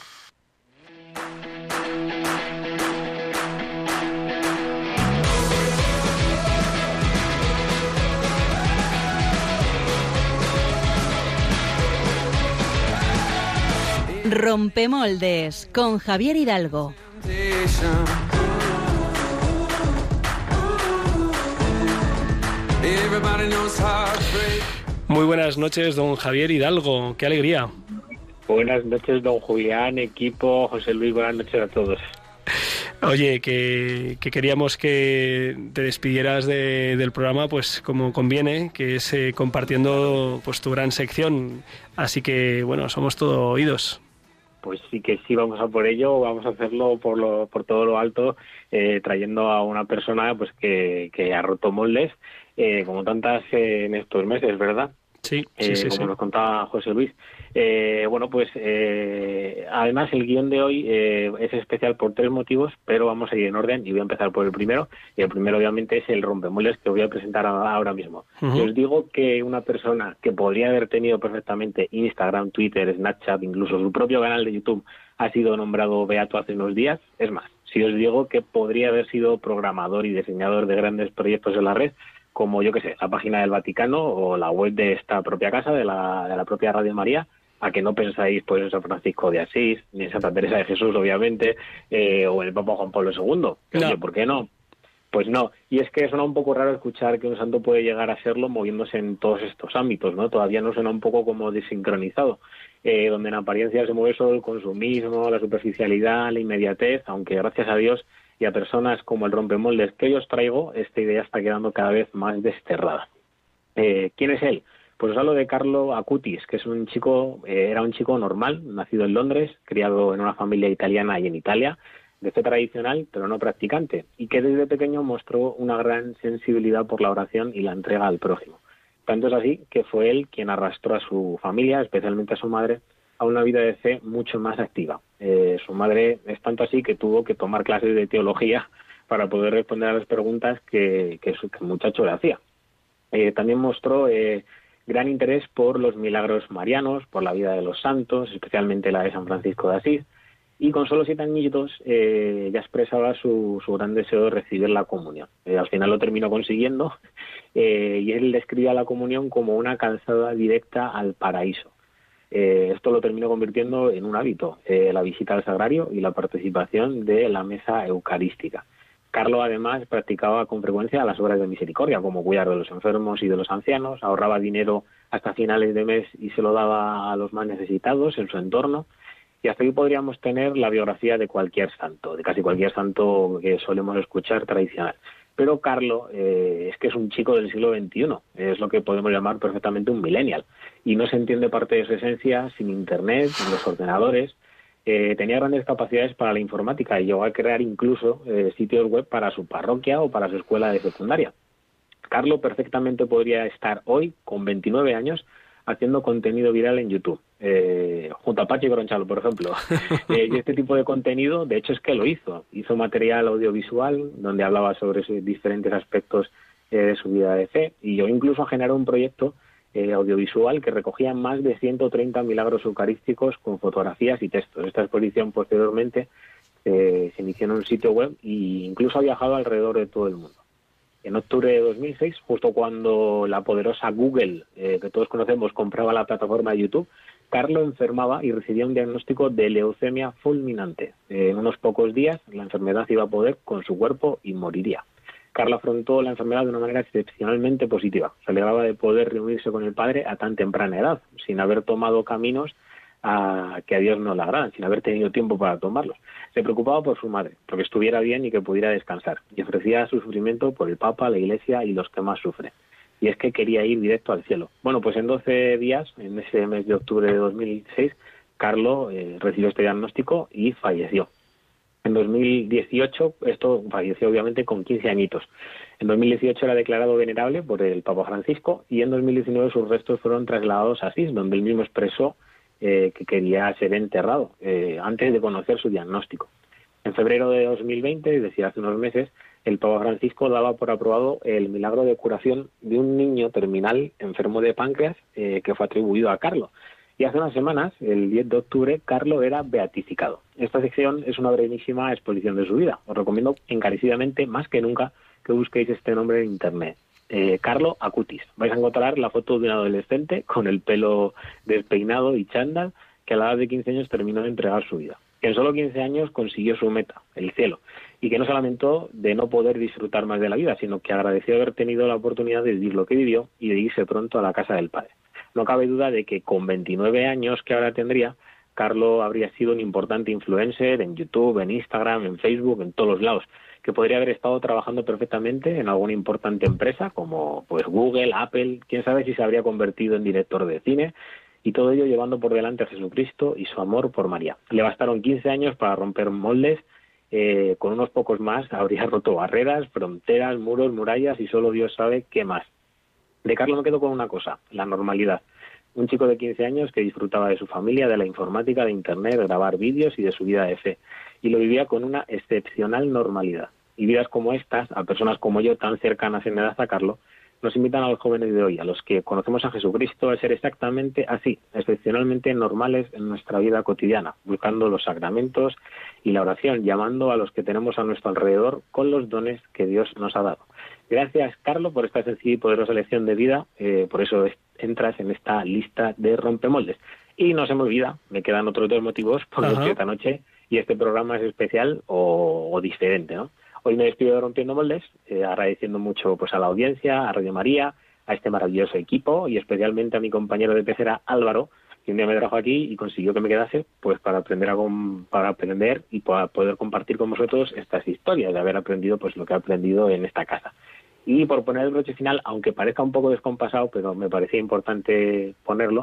Rompemoldes con Javier Hidalgo. Muy buenas noches, don Javier Hidalgo. ¡Qué alegría! Buenas noches, don Julián, equipo, José Luis, buenas noches a todos. Oye, que, que queríamos que te despidieras de, del programa, pues como conviene, que es eh, compartiendo pues tu gran sección. Así que, bueno, somos todo oídos. Pues sí que sí, vamos a por ello, vamos a hacerlo por lo, por todo lo alto, eh, trayendo a una persona pues que, que ha roto moldes, eh, como tantas eh, en estos meses, ¿verdad? Sí, eh, sí, sí. Como sí. nos contaba José Luis. Eh, bueno, pues eh, además el guión de hoy eh, es especial por tres motivos, pero vamos a ir en orden y voy a empezar por el primero. Y el primero obviamente es el rompemoldes que voy a presentar ahora mismo. Uh-huh. Y os digo que una persona que podría haber tenido perfectamente Instagram, Twitter, Snapchat, incluso su propio canal de YouTube, ha sido nombrado beato hace unos días. Es más, si os digo que podría haber sido programador y diseñador de grandes proyectos en la red, como yo que sé, la página del Vaticano o la web de esta propia casa, de la, de la propia Radio María, a que no pensáis pues en San Francisco de Asís, ni en Santa Teresa de Jesús, obviamente, eh, o en el Papa Juan Pablo segundo. Que, no. Oye, ¿por qué no? Pues no, y es que suena un poco raro escuchar que un santo puede llegar a serlo moviéndose en todos estos ámbitos, ¿no? Todavía no suena un poco como desincronizado, eh, donde en apariencia se mueve solo el consumismo, la superficialidad, la inmediatez, aunque gracias a Dios y a personas como el rompemoldes que hoy os traigo, esta idea está quedando cada vez más desterrada. Eh, ¿Quién es él? Pues os hablo de Carlo Acutis, que es un chico, eh, era un chico normal, nacido en Londres, criado en una familia italiana y en Italia, de fe tradicional, pero no practicante, y que desde pequeño mostró una gran sensibilidad por la oración y la entrega al prójimo. Tanto es así que fue él quien arrastró a su familia, especialmente a su madre, a una vida de fe mucho más activa. Eh, su madre es tanto así que tuvo que tomar clases de teología para poder responder a las preguntas que, que, su, que el muchacho le hacía. Eh, también mostró eh, gran interés por los milagros marianos, por la vida de los santos, especialmente la de San Francisco de Asís, y con solo siete añitos eh, ya expresaba su, su gran deseo de recibir la comunión. Eh, al final lo terminó consiguiendo eh, y él describía la comunión como una calzada directa al paraíso. Eh, esto lo terminó convirtiendo en un hábito, eh, la visita al sagrario y la participación de la mesa eucarística. Carlo además practicaba con frecuencia las obras de misericordia, como cuidar de los enfermos y de los ancianos, ahorraba dinero hasta finales de mes y se lo daba a los más necesitados en su entorno. Y hasta aquí podríamos tener la biografía de cualquier santo, de casi cualquier santo que solemos escuchar tradicional. Pero Carlo eh, es que es un chico del siglo veintiuno, es lo que podemos llamar perfectamente un millennial, y no se entiende parte de su esencia sin Internet, sin los ordenadores. Eh, tenía grandes capacidades para la informática y llegó a crear incluso eh, sitios web para su parroquia o para su escuela de secundaria. Carlo perfectamente podría estar hoy, con veintinueve años, haciendo contenido viral en YouTube, eh, junto a Pachi Gronchalo, por ejemplo. Eh, y este tipo de contenido, de hecho, es que lo hizo. Hizo material audiovisual donde hablaba sobre diferentes aspectos eh, de su vida de fe, y yo incluso generó un proyecto eh, audiovisual que recogía más de ciento treinta milagros eucarísticos con fotografías y textos. Esta exposición posteriormente eh, se inició en un sitio web e incluso ha viajado alrededor de todo el mundo. En octubre de dos mil seis, justo cuando la poderosa Google, eh, que todos conocemos, compraba la plataforma de YouTube, Carlo enfermaba y recibía un diagnóstico de leucemia fulminante. Eh, en unos pocos días la enfermedad iba a poder con su cuerpo y moriría. Carlo afrontó la enfermedad de una manera excepcionalmente positiva. Se alegraba de poder reunirse con el Padre a tan temprana edad, sin haber tomado caminos a que a Dios no le agradan, sin haber tenido tiempo para tomarlos. Se preocupaba por su madre, porque estuviera bien y que pudiera descansar, y ofrecía su sufrimiento por el Papa, la Iglesia y los que más sufren. Y es que quería ir directo al cielo. Bueno, pues en doce días, en ese mes de octubre de dos mil seis, Carlo eh, recibió este diagnóstico y falleció. En dos mil dieciocho, esto falleció obviamente con quince añitos. En dos mil dieciocho era declarado venerable por el Papa Francisco y en dos mil diecinueve sus restos fueron trasladados a Asís, donde él mismo expresó eh, que quería ser enterrado eh, antes de conocer su diagnóstico. En febrero de dos mil veinte, es decir, hace unos meses, el Papa Francisco daba por aprobado el milagro de curación de un niño terminal enfermo de páncreas eh, que fue atribuido a Carlo. Y hace unas semanas, el diez de octubre, Carlo era beatificado. Esta sección es una brevísima exposición de su vida. Os recomiendo encarecidamente, más que nunca, que busquéis este nombre en Internet. Eh, Carlo Acutis. Vais a encontrar la foto de un adolescente con el pelo despeinado y chándal que a la edad de quince años terminó de entregar su vida. Que en solo quince años consiguió su meta, el cielo, y que no se lamentó de no poder disfrutar más de la vida, sino que agradeció haber tenido la oportunidad de vivir lo que vivió y de irse pronto a la casa del Padre. No cabe duda de que con veintinueve años que ahora tendría, Carlo habría sido un importante influencer en YouTube, en Instagram, en Facebook, en todos los lados, que podría haber estado trabajando perfectamente en alguna importante empresa como pues Google, Apple, quién sabe si se habría convertido en director de cine, y todo ello llevando por delante a Jesucristo y su amor por María. Le bastaron quince años para romper moldes, eh, con unos pocos más habría roto barreras, fronteras, muros, murallas y solo Dios sabe qué más. De Carlo me quedo con una cosa, la normalidad. Un chico de quince años que disfrutaba de su familia, de la informática, de Internet, de grabar vídeos y de su vida de fe. Y lo vivía con una excepcional normalidad. Y vidas como estas, a personas como yo, tan cercanas en edad a Carlo, nos invitan a los jóvenes de hoy, a los que conocemos a Jesucristo, a ser exactamente así, excepcionalmente normales en nuestra vida cotidiana, buscando los sacramentos y la oración, llamando a los que tenemos a nuestro alrededor con los dones que Dios nos ha dado. Gracias, Carlo, por esta sencilla y poderosa lección de vida, eh, por eso es, entras en esta lista de rompemoldes. Y no se me olvida, me quedan otros dos motivos por los que esta noche, y este programa es especial o, o diferente, ¿no? hoy me despido de Rompiendo Moldes, eh, agradeciendo mucho pues a la audiencia, a Radio María, a este maravilloso equipo y especialmente a mi compañero de pecera Álvaro, que un día me trajo aquí y consiguió que me quedase pues para aprender a, para aprender y para poder compartir con vosotros estas historias de haber aprendido pues lo que he aprendido en esta casa. Y por poner el broche final, aunque parezca un poco descompasado, pero me parecía importante ponerlo,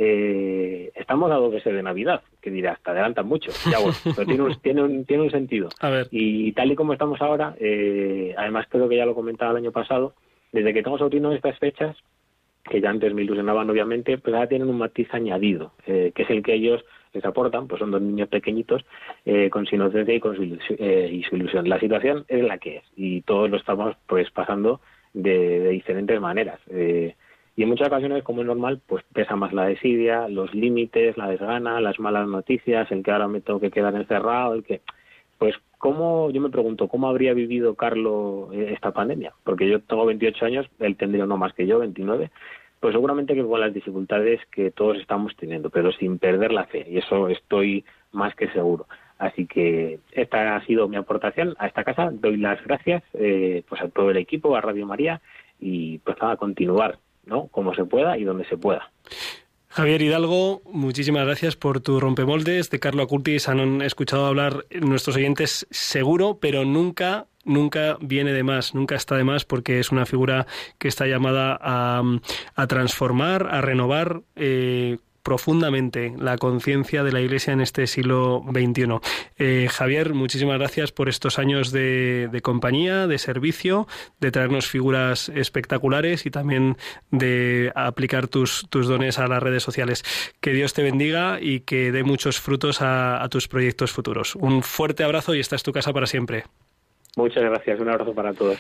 eh, estamos a dos meses de Navidad, que dirás, te adelantan mucho, ya bueno, pero tiene un, tiene un, tiene un sentido. A ver. Y tal y como estamos ahora, eh, además creo que ya lo comentaba el año pasado, desde que tengo sobrinos de estas fechas, que ya antes me ilusionaban obviamente, pues ahora tienen un matiz añadido, eh, que es el que ellos les aportan, pues son dos niños pequeñitos, eh, con su inocencia y con su ilusión, eh, y su ilusión. La situación es la que es, y todos lo estamos pues pasando de, de diferentes maneras. Eh, y en muchas ocasiones, como es normal, pues pesa más la desidia, los límites, la desgana, las malas noticias, el que ahora me tengo que quedar encerrado, el que... Pues, ¿cómo, yo me pregunto, cómo habría vivido Carlos esta pandemia? Porque yo tengo veintiocho años, él tendría uno más que yo, veintinueve, pues seguramente que con las dificultades que todos estamos teniendo, pero sin perder la fe, y eso estoy más que seguro. Así que esta ha sido mi aportación a esta casa. Doy las gracias eh, pues a todo el equipo, a Radio María, y pues nada, continuar, ¿no? Como se pueda y donde se pueda. Javier Hidalgo, muchísimas gracias por tu rompemoldes. De Carlo Acutis han escuchado hablar nuestros oyentes seguro, pero nunca, nunca viene de más, nunca está de más, porque es una figura que está llamada a, a transformar, a renovar eh, profundamente la conciencia de la Iglesia en este siglo veintiuno. Eh, Javier, muchísimas gracias por estos años de, de compañía, de servicio, de traernos figuras espectaculares y también de aplicar tus, tus dones a las redes sociales. Que Dios te bendiga y que dé muchos frutos a, a tus proyectos futuros. Un fuerte abrazo y esta es tu casa para siempre. Muchas gracias, un abrazo para todos.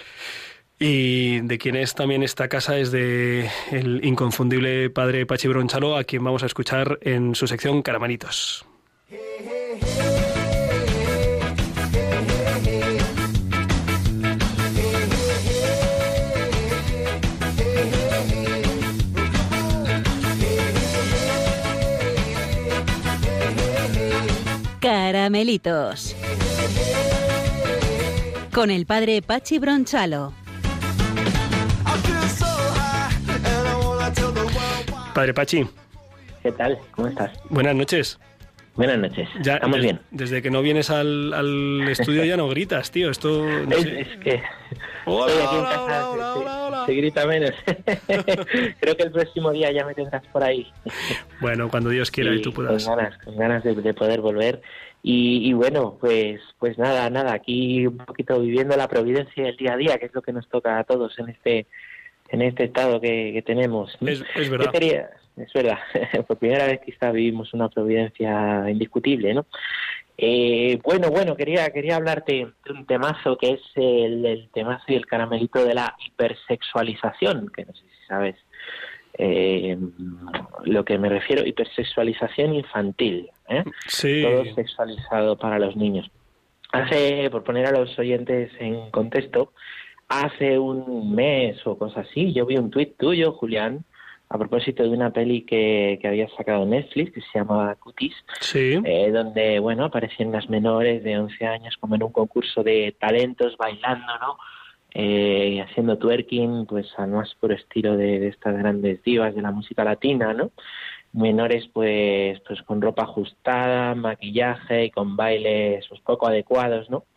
Y de quien es también esta casa es de el inconfundible padre Pachi Bronchalo, a quien vamos a escuchar en su sección Caramelitos. Caramelitos. Con el padre Pachi Bronchalo. Padre Pachi. ¿Qué tal? ¿Cómo estás? Buenas noches. Buenas noches. Ya, Estamos des, bien. Desde que no vienes al, al estudio ya no gritas, tío. Esto no es, sé. es que hola, estoy aquí en hola, casa, hola, hola, se, hola, hola. se grita menos. Creo que el próximo día ya me tendrás por ahí. Bueno, cuando Dios quiera y, y tú puedas. Con ganas, con ganas de, de poder volver. Y, y bueno, pues pues nada, nada. Aquí un poquito viviendo la providencia del día a día, que es lo que nos toca a todos en este en este estado que, que tenemos. Es, es verdad. Yo quería, es verdad, por primera vez quizá vivimos una providencia indiscutible, ¿no? Eh, bueno, bueno, quería quería hablarte de un temazo que es el, el temazo y el caramelito de la hipersexualización, que no sé si sabes eh, lo que me refiero, hipersexualización infantil, ¿eh? Sí. Todo sexualizado para los niños. Hace, por poner a los oyentes en contexto, hace un mes o cosas así, yo vi un tuit tuyo, Julián, a propósito de una peli que, que había sacado Netflix, que se llamaba Cuties, sí. eh, donde, bueno, aparecían las menores de once años como en un concurso de talentos, bailando, ¿no? Eh, haciendo twerking, pues al más puro estilo de, de estas grandes divas de la música latina, ¿no? Menores, pues, pues con ropa ajustada, maquillaje y con bailes pues poco adecuados, ¿no?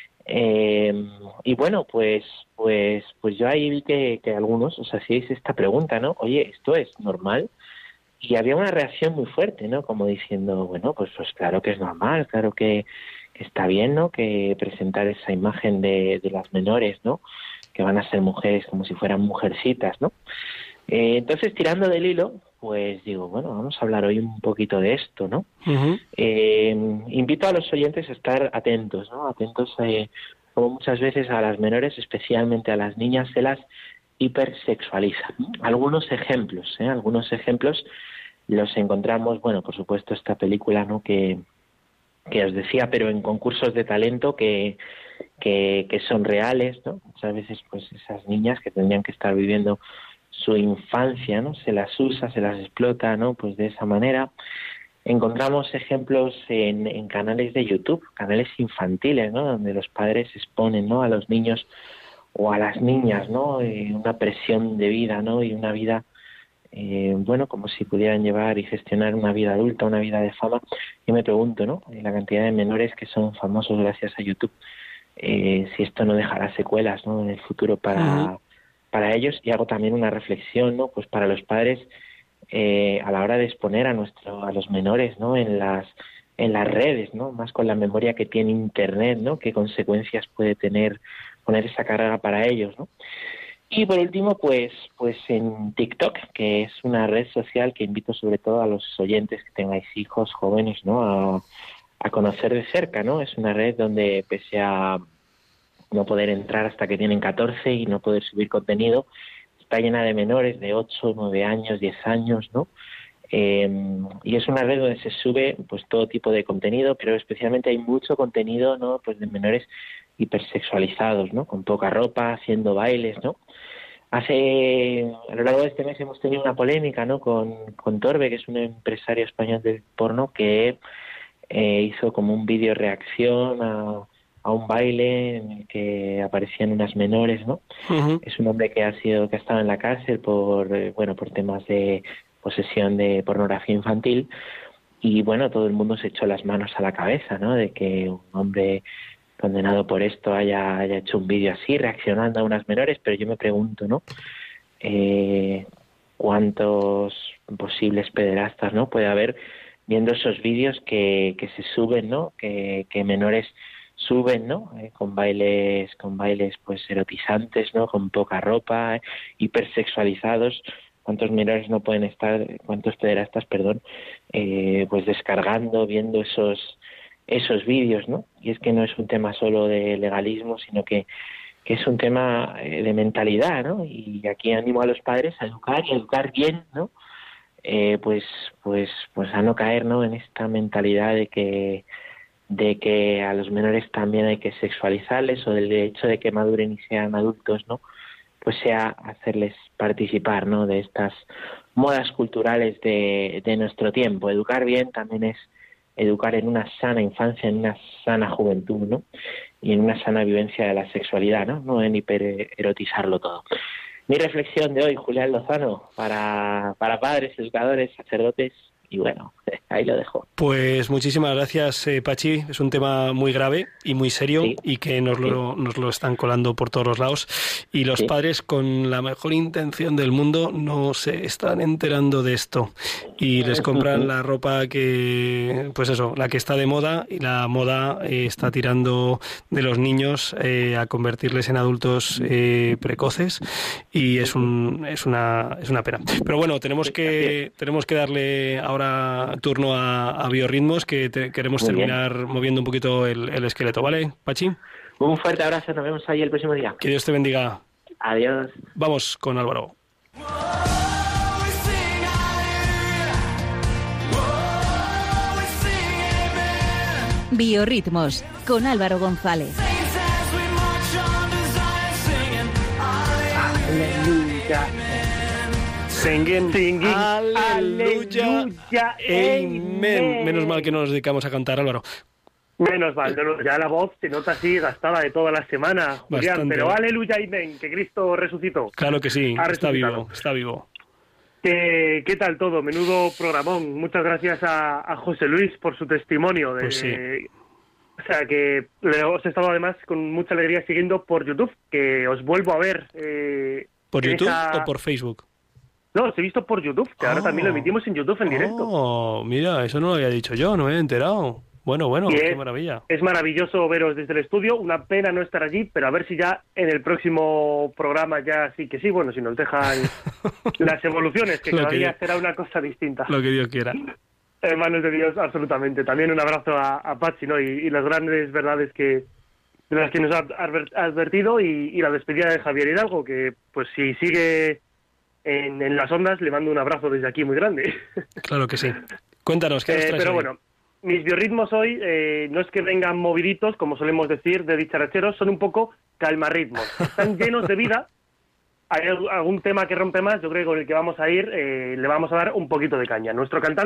Eh, y bueno, pues pues pues yo ahí vi que, que algunos os hacíais esta pregunta, ¿no? Oye, ¿esto es normal? Y había una reacción muy fuerte, ¿no? Como diciendo, bueno, pues pues claro que es normal, claro que, que está bien, ¿no? Que presentar esa imagen de, de las menores, ¿no? Que van a ser mujeres como si fueran mujercitas, ¿no? Eh, entonces, tirando del hilo, pues digo, bueno, vamos a hablar hoy un poquito de esto, ¿no? Uh-huh. Eh, invito a los oyentes a estar atentos, ¿no? Atentos, eh, como muchas veces a las menores, especialmente a las niñas, se las hipersexualiza. Algunos ejemplos, ¿eh? Algunos ejemplos los encontramos, bueno, por supuesto, esta película, ¿no? Que, que os decía, pero en concursos de talento que, que, que son reales, ¿no? Muchas veces, pues, esas niñas que tendrían que estar viviendo su infancia, ¿no? Se las usa, se las explota, ¿no? Pues de esa manera. encontramos ejemplos en, en canales de YouTube, canales infantiles, ¿no? Donde los padres exponen, ¿no?, a los niños o a las niñas, ¿no?, eh, una presión de vida, ¿no?, y una vida, eh, bueno, como si pudieran llevar y gestionar una vida adulta, una vida de fama. Yo me pregunto, ¿no?, la cantidad de menores que son famosos gracias a YouTube, eh, si esto no dejará secuelas, ¿no?, en el futuro para, uh-huh. para ellos. Y hago también una reflexión, ¿no?, pues para los padres, Eh, a la hora de exponer a nuestro a los menores, ¿no?, en las en las redes, ¿no?, más con la memoria que tiene Internet, ¿no?, qué consecuencias puede tener poner esa carga para ellos, ¿no? Y por último, pues pues en TikTok, que es una red social que invito sobre todo a los oyentes que tengáis hijos jóvenes, ¿no?, a, a conocer de cerca, ¿no? Es una red donde, pese a no poder entrar hasta que tienen catorce y no poder subir contenido, está llena de menores de ocho, nueve años, diez años, ¿no? Eh, y es una red donde se sube pues todo tipo de contenido, pero especialmente hay mucho contenido, ¿no?, pues de menores hipersexualizados, ¿no?, con poca ropa, haciendo bailes, ¿no? Hace, a lo largo de este mes hemos tenido una polémica, ¿no?, con, con Torbe, que es un empresario español del porno, que eh, hizo como un vídeo reacción a a un baile en el que aparecían unas menores, ¿no? Uh-huh. Es un hombre que ha sido que ha estado en la cárcel por eh, bueno por temas de posesión de pornografía infantil, y bueno, todo el mundo se echó las manos a la cabeza, ¿no?, de que un hombre condenado por esto haya, haya hecho un vídeo así reaccionando a unas menores. Pero yo me pregunto, ¿no?, eh, cuántos posibles pederastas, ¿no?, puede haber viendo esos vídeos que, que se suben, ¿no?, que, que menores suben, ¿no?, eh, con bailes, con bailes pues erotizantes, ¿no?, con poca ropa, eh, hipersexualizados. ¿Cuántos menores no pueden estar, cuántos pederastas, perdón, eh, pues descargando, viendo esos esos vídeos, ¿no? Y es que no es un tema solo de legalismo, sino que, que es un tema eh, de mentalidad, ¿no? Y aquí animo a los padres a educar y a educar bien, ¿no? Eh, pues, pues, pues a no caer, ¿no?, en esta mentalidad de que de que a los menores también hay que sexualizarles, o del hecho de que maduren y sean adultos, ¿no?, pues sea hacerles participar, ¿no?, de estas modas culturales de, de nuestro tiempo. Educar bien también es educar en una sana infancia, en una sana juventud, ¿no?, y en una sana vivencia de la sexualidad, ¿no?, no en hipererotizarlo todo. Mi reflexión de hoy, Julián Lozano, para, para padres, educadores, sacerdotes. Y bueno, ahí lo dejo. Pues muchísimas gracias, eh, Pachi. Es un tema muy grave y muy serio, sí, y que nos lo, sí. nos lo están colando por todos los lados. Y los sí. padres, con la mejor intención del mundo, no se están enterando de esto. Y les compran la ropa que, pues eso, la que está de moda, y la moda eh, está tirando de los niños eh, a convertirles en adultos eh, precoces. Y es un es una es una pena. Pero bueno, tenemos que tenemos que darle ahora turno a, a Biorritmos, que te, queremos Muy terminar bien. moviendo un poquito el, el esqueleto, ¿vale, Pachi? Un fuerte abrazo, nos vemos ahí el próximo día. Que Dios te bendiga. Adiós. Vamos con Álvaro. Biorritmos, con Álvaro González. Aleluya. Singing, singing, aleluya, aleluya, amen. Menos mal que no nos dedicamos a cantar, Álvaro. Menos mal, no, ya la voz se nota así gastada de toda la semana, Julián, Bastante. Pero aleluya, amén, que Cristo resucitó. Claro que sí, ha está vivo, está vivo. ¿Qué, ¿Qué tal todo? Menudo programón. Muchas gracias a, a José Luis por su testimonio. De, pues sí. O sea, que os he estado además con mucha alegría siguiendo por YouTube, que os vuelvo a ver. Eh, ¿Por YouTube esa... o por Facebook? No, os he visto por YouTube, que oh. ahora también lo emitimos en YouTube en directo. Oh, mira, eso no lo había dicho yo, no me había enterado. Bueno, bueno, y qué es, maravilla. Es maravilloso veros desde el estudio, una pena no estar allí, pero a ver si ya en el próximo programa ya sí que sí, bueno, si nos dejan las evoluciones, que cada día será una cosa distinta. Lo que Dios quiera. En manos de Dios, absolutamente. También un abrazo a, a Pachi, ¿no? Y, y las grandes verdades que de las que nos ha advertido, y, y la despedida de Javier Hidalgo, que pues si sigue en, en las ondas, le mando un abrazo desde aquí muy grande. Claro que sí. Cuéntanos, ¿qué nos traes eh, Pero hoy? bueno, mis biorritmos hoy eh, no es que vengan moviditos, como solemos decir, de dicharacheros, son un poco calmarritmos. Están llenos de vida. Hay algún tema que rompe más, yo creo que con el que vamos a ir eh, le vamos a dar un poquito de caña. Nuestro cantante,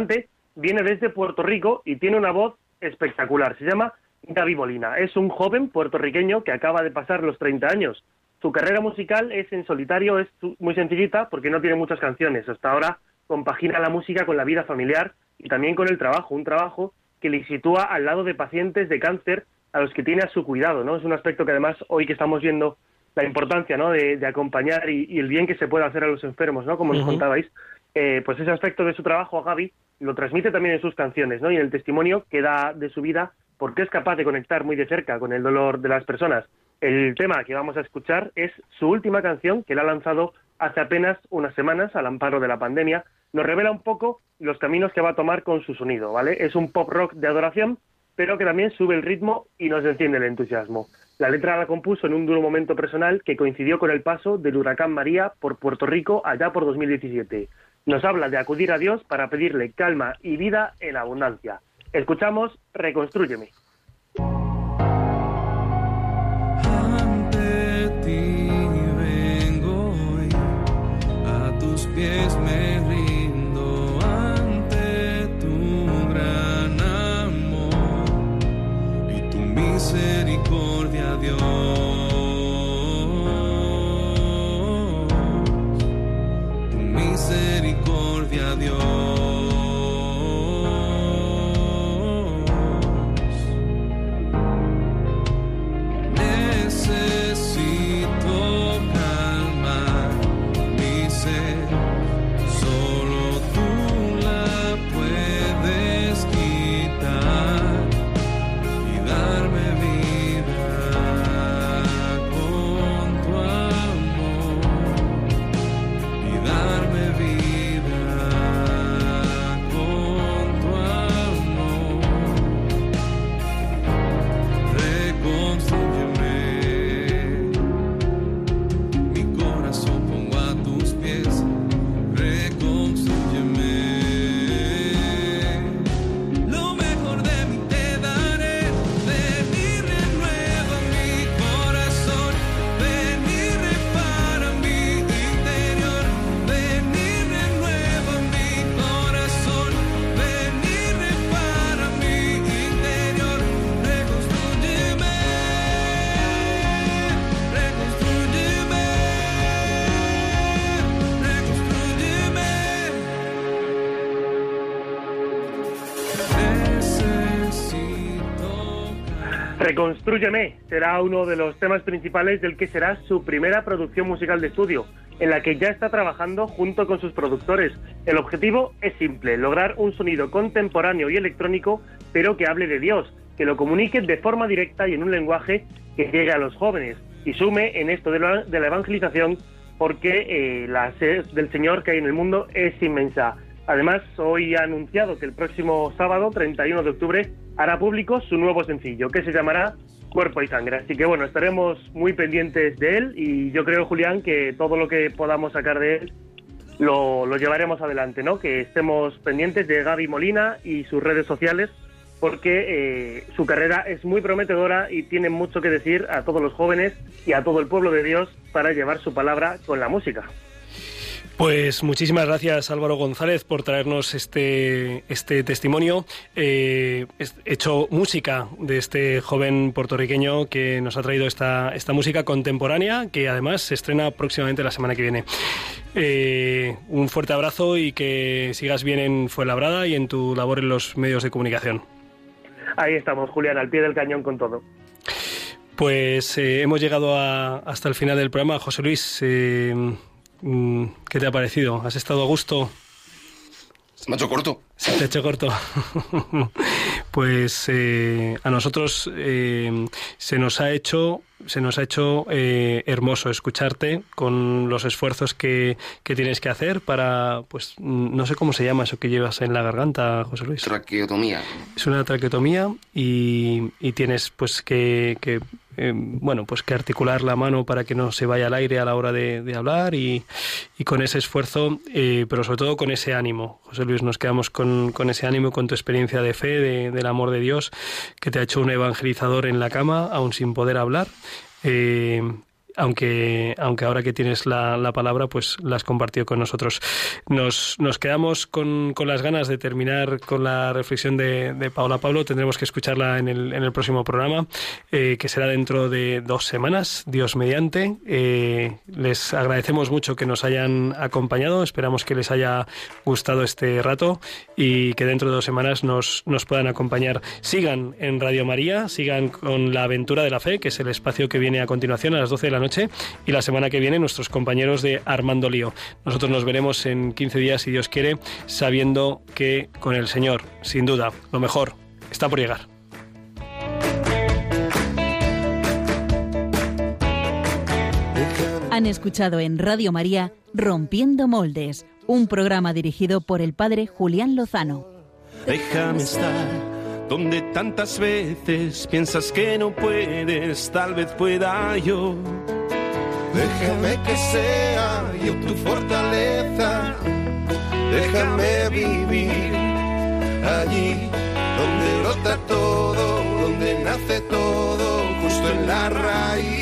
viene desde Puerto Rico y tiene una voz espectacular. Se llama Gaby Molina. Es un joven puertorriqueño que acaba de pasar los treinta años. Su carrera musical es en solitario, es muy sencillita porque no tiene muchas canciones. Hasta ahora compagina la música con la vida familiar y también con el trabajo, un trabajo que le sitúa al lado de pacientes de cáncer a los que tiene a su cuidado, ¿no? Es un aspecto que además hoy que estamos viendo la importancia, ¿no?, de, de acompañar y, y el bien que se puede hacer a los enfermos, ¿no?, como nos uh-huh. contabais, eh, pues ese aspecto de su trabajo a Gaby lo transmite también en sus canciones, ¿no?, y en el testimonio que da de su vida, porque es capaz de conectar muy de cerca con el dolor de las personas. El tema que vamos a escuchar es su última canción, que la ha lanzado hace apenas unas semanas al amparo de la pandemia. Nos revela un poco los caminos que va a tomar con su sonido, ¿vale? Es un pop rock de adoración, pero que también sube el ritmo y nos enciende el entusiasmo. La letra la compuso en un duro momento personal que coincidió con el paso del huracán María por Puerto Rico allá por dos mil diecisiete. Nos habla de acudir a Dios para pedirle calma y vida en abundancia. Escuchamos Reconstrúyeme. Ante ti vengo hoy, a tus pies me rindo, ante tu gran amor y tu misericordia, Dios, tu misericordia, Dios. Reconstrúyeme será uno de los temas principales del que será su primera producción musical de estudio, en la que ya está trabajando junto con sus productores. El objetivo es simple, lograr un sonido contemporáneo y electrónico, pero que hable de Dios, que lo comunique de forma directa y en un lenguaje que llegue a los jóvenes, y sume en esto de la, de la evangelización, porque eh, la sed del Señor que hay en el mundo es inmensa. Además, hoy ha anunciado que el próximo sábado, treinta y uno de octubre, hará público su nuevo sencillo, que se llamará Cuerpo y Sangre. Así que bueno, estaremos muy pendientes de él y yo creo, Julián, que todo lo que podamos sacar de él lo, lo llevaremos adelante, ¿no? Que estemos pendientes de Gaby Molina y sus redes sociales, porque eh, su carrera es muy prometedora y tiene mucho que decir a todos los jóvenes y a todo el pueblo de Dios para llevar su palabra con la música. Pues muchísimas gracias, Álvaro González, por traernos este, este testimonio. Eh, he hecho música de este joven puertorriqueño que nos ha traído esta, esta música contemporánea, que además se estrena próximamente la semana que viene. Eh, un fuerte abrazo y que sigas bien en Fuenlabrada y en tu labor en los medios de comunicación. Ahí estamos, Julián, al pie del cañón con todo. Pues eh, hemos llegado a, hasta el final del programa. José Luis, eh, ¿qué te ha parecido? ¿Has estado a gusto? Se me ha hecho corto. Se te ha hecho corto. Pues eh, a nosotros eh, se nos ha hecho, se nos ha hecho eh, hermoso escucharte con los esfuerzos que, que tienes que hacer para, pues, no sé cómo se llama eso que llevas en la garganta, José Luis. Traqueotomía. Es una traqueotomía y, y tienes, pues, que... que Eh, bueno, pues que articular la mano para que no se vaya al aire a la hora de, de hablar y, y con ese esfuerzo, eh, pero sobre todo con ese ánimo. José Luis, nos quedamos con, con ese ánimo, con tu experiencia de fe, de, del amor de Dios, que te ha hecho un evangelizador en la cama, aún sin poder hablar. Eh, aunque, aunque ahora que tienes la, la palabra, pues la has compartido con nosotros. Nos, nos quedamos con, con las ganas de terminar con la reflexión de, de Paola Pablo. Tendremos que escucharla en el, en el próximo programa, eh, que será dentro de dos semanas, Dios mediante. Eh, les agradecemos mucho que nos hayan acompañado, esperamos que les haya gustado este rato y que dentro de dos semanas nos, nos puedan acompañar. Sigan en Radio María, sigan con La Aventura de la Fe, que es el espacio que viene a continuación a las doce de la noche, y la semana que viene nuestros compañeros de Armando Lío. Nosotros nos veremos en quince días, si Dios quiere, sabiendo que con el Señor, sin duda, lo mejor está por llegar. Han escuchado en Radio María Rompiendo Moldes, un programa dirigido por el padre Julián Lozano. Déjame estar donde tantas veces piensas que no puedes, tal vez pueda yo. Déjame que sea yo tu fortaleza, déjame vivir allí donde brota todo, donde nace todo, justo en la raíz,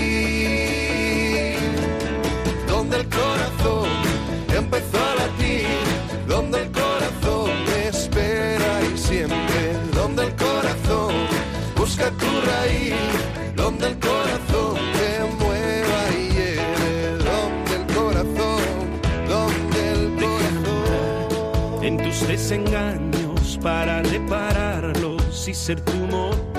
donde el corazón empezó a latir, donde el corazón me espera y siempre, donde el corazón busca tu raíz, donde el corazón te mueva y lleve, donde el corazón, donde el corazón. En tus desengaños para repararlos y ser tu motor.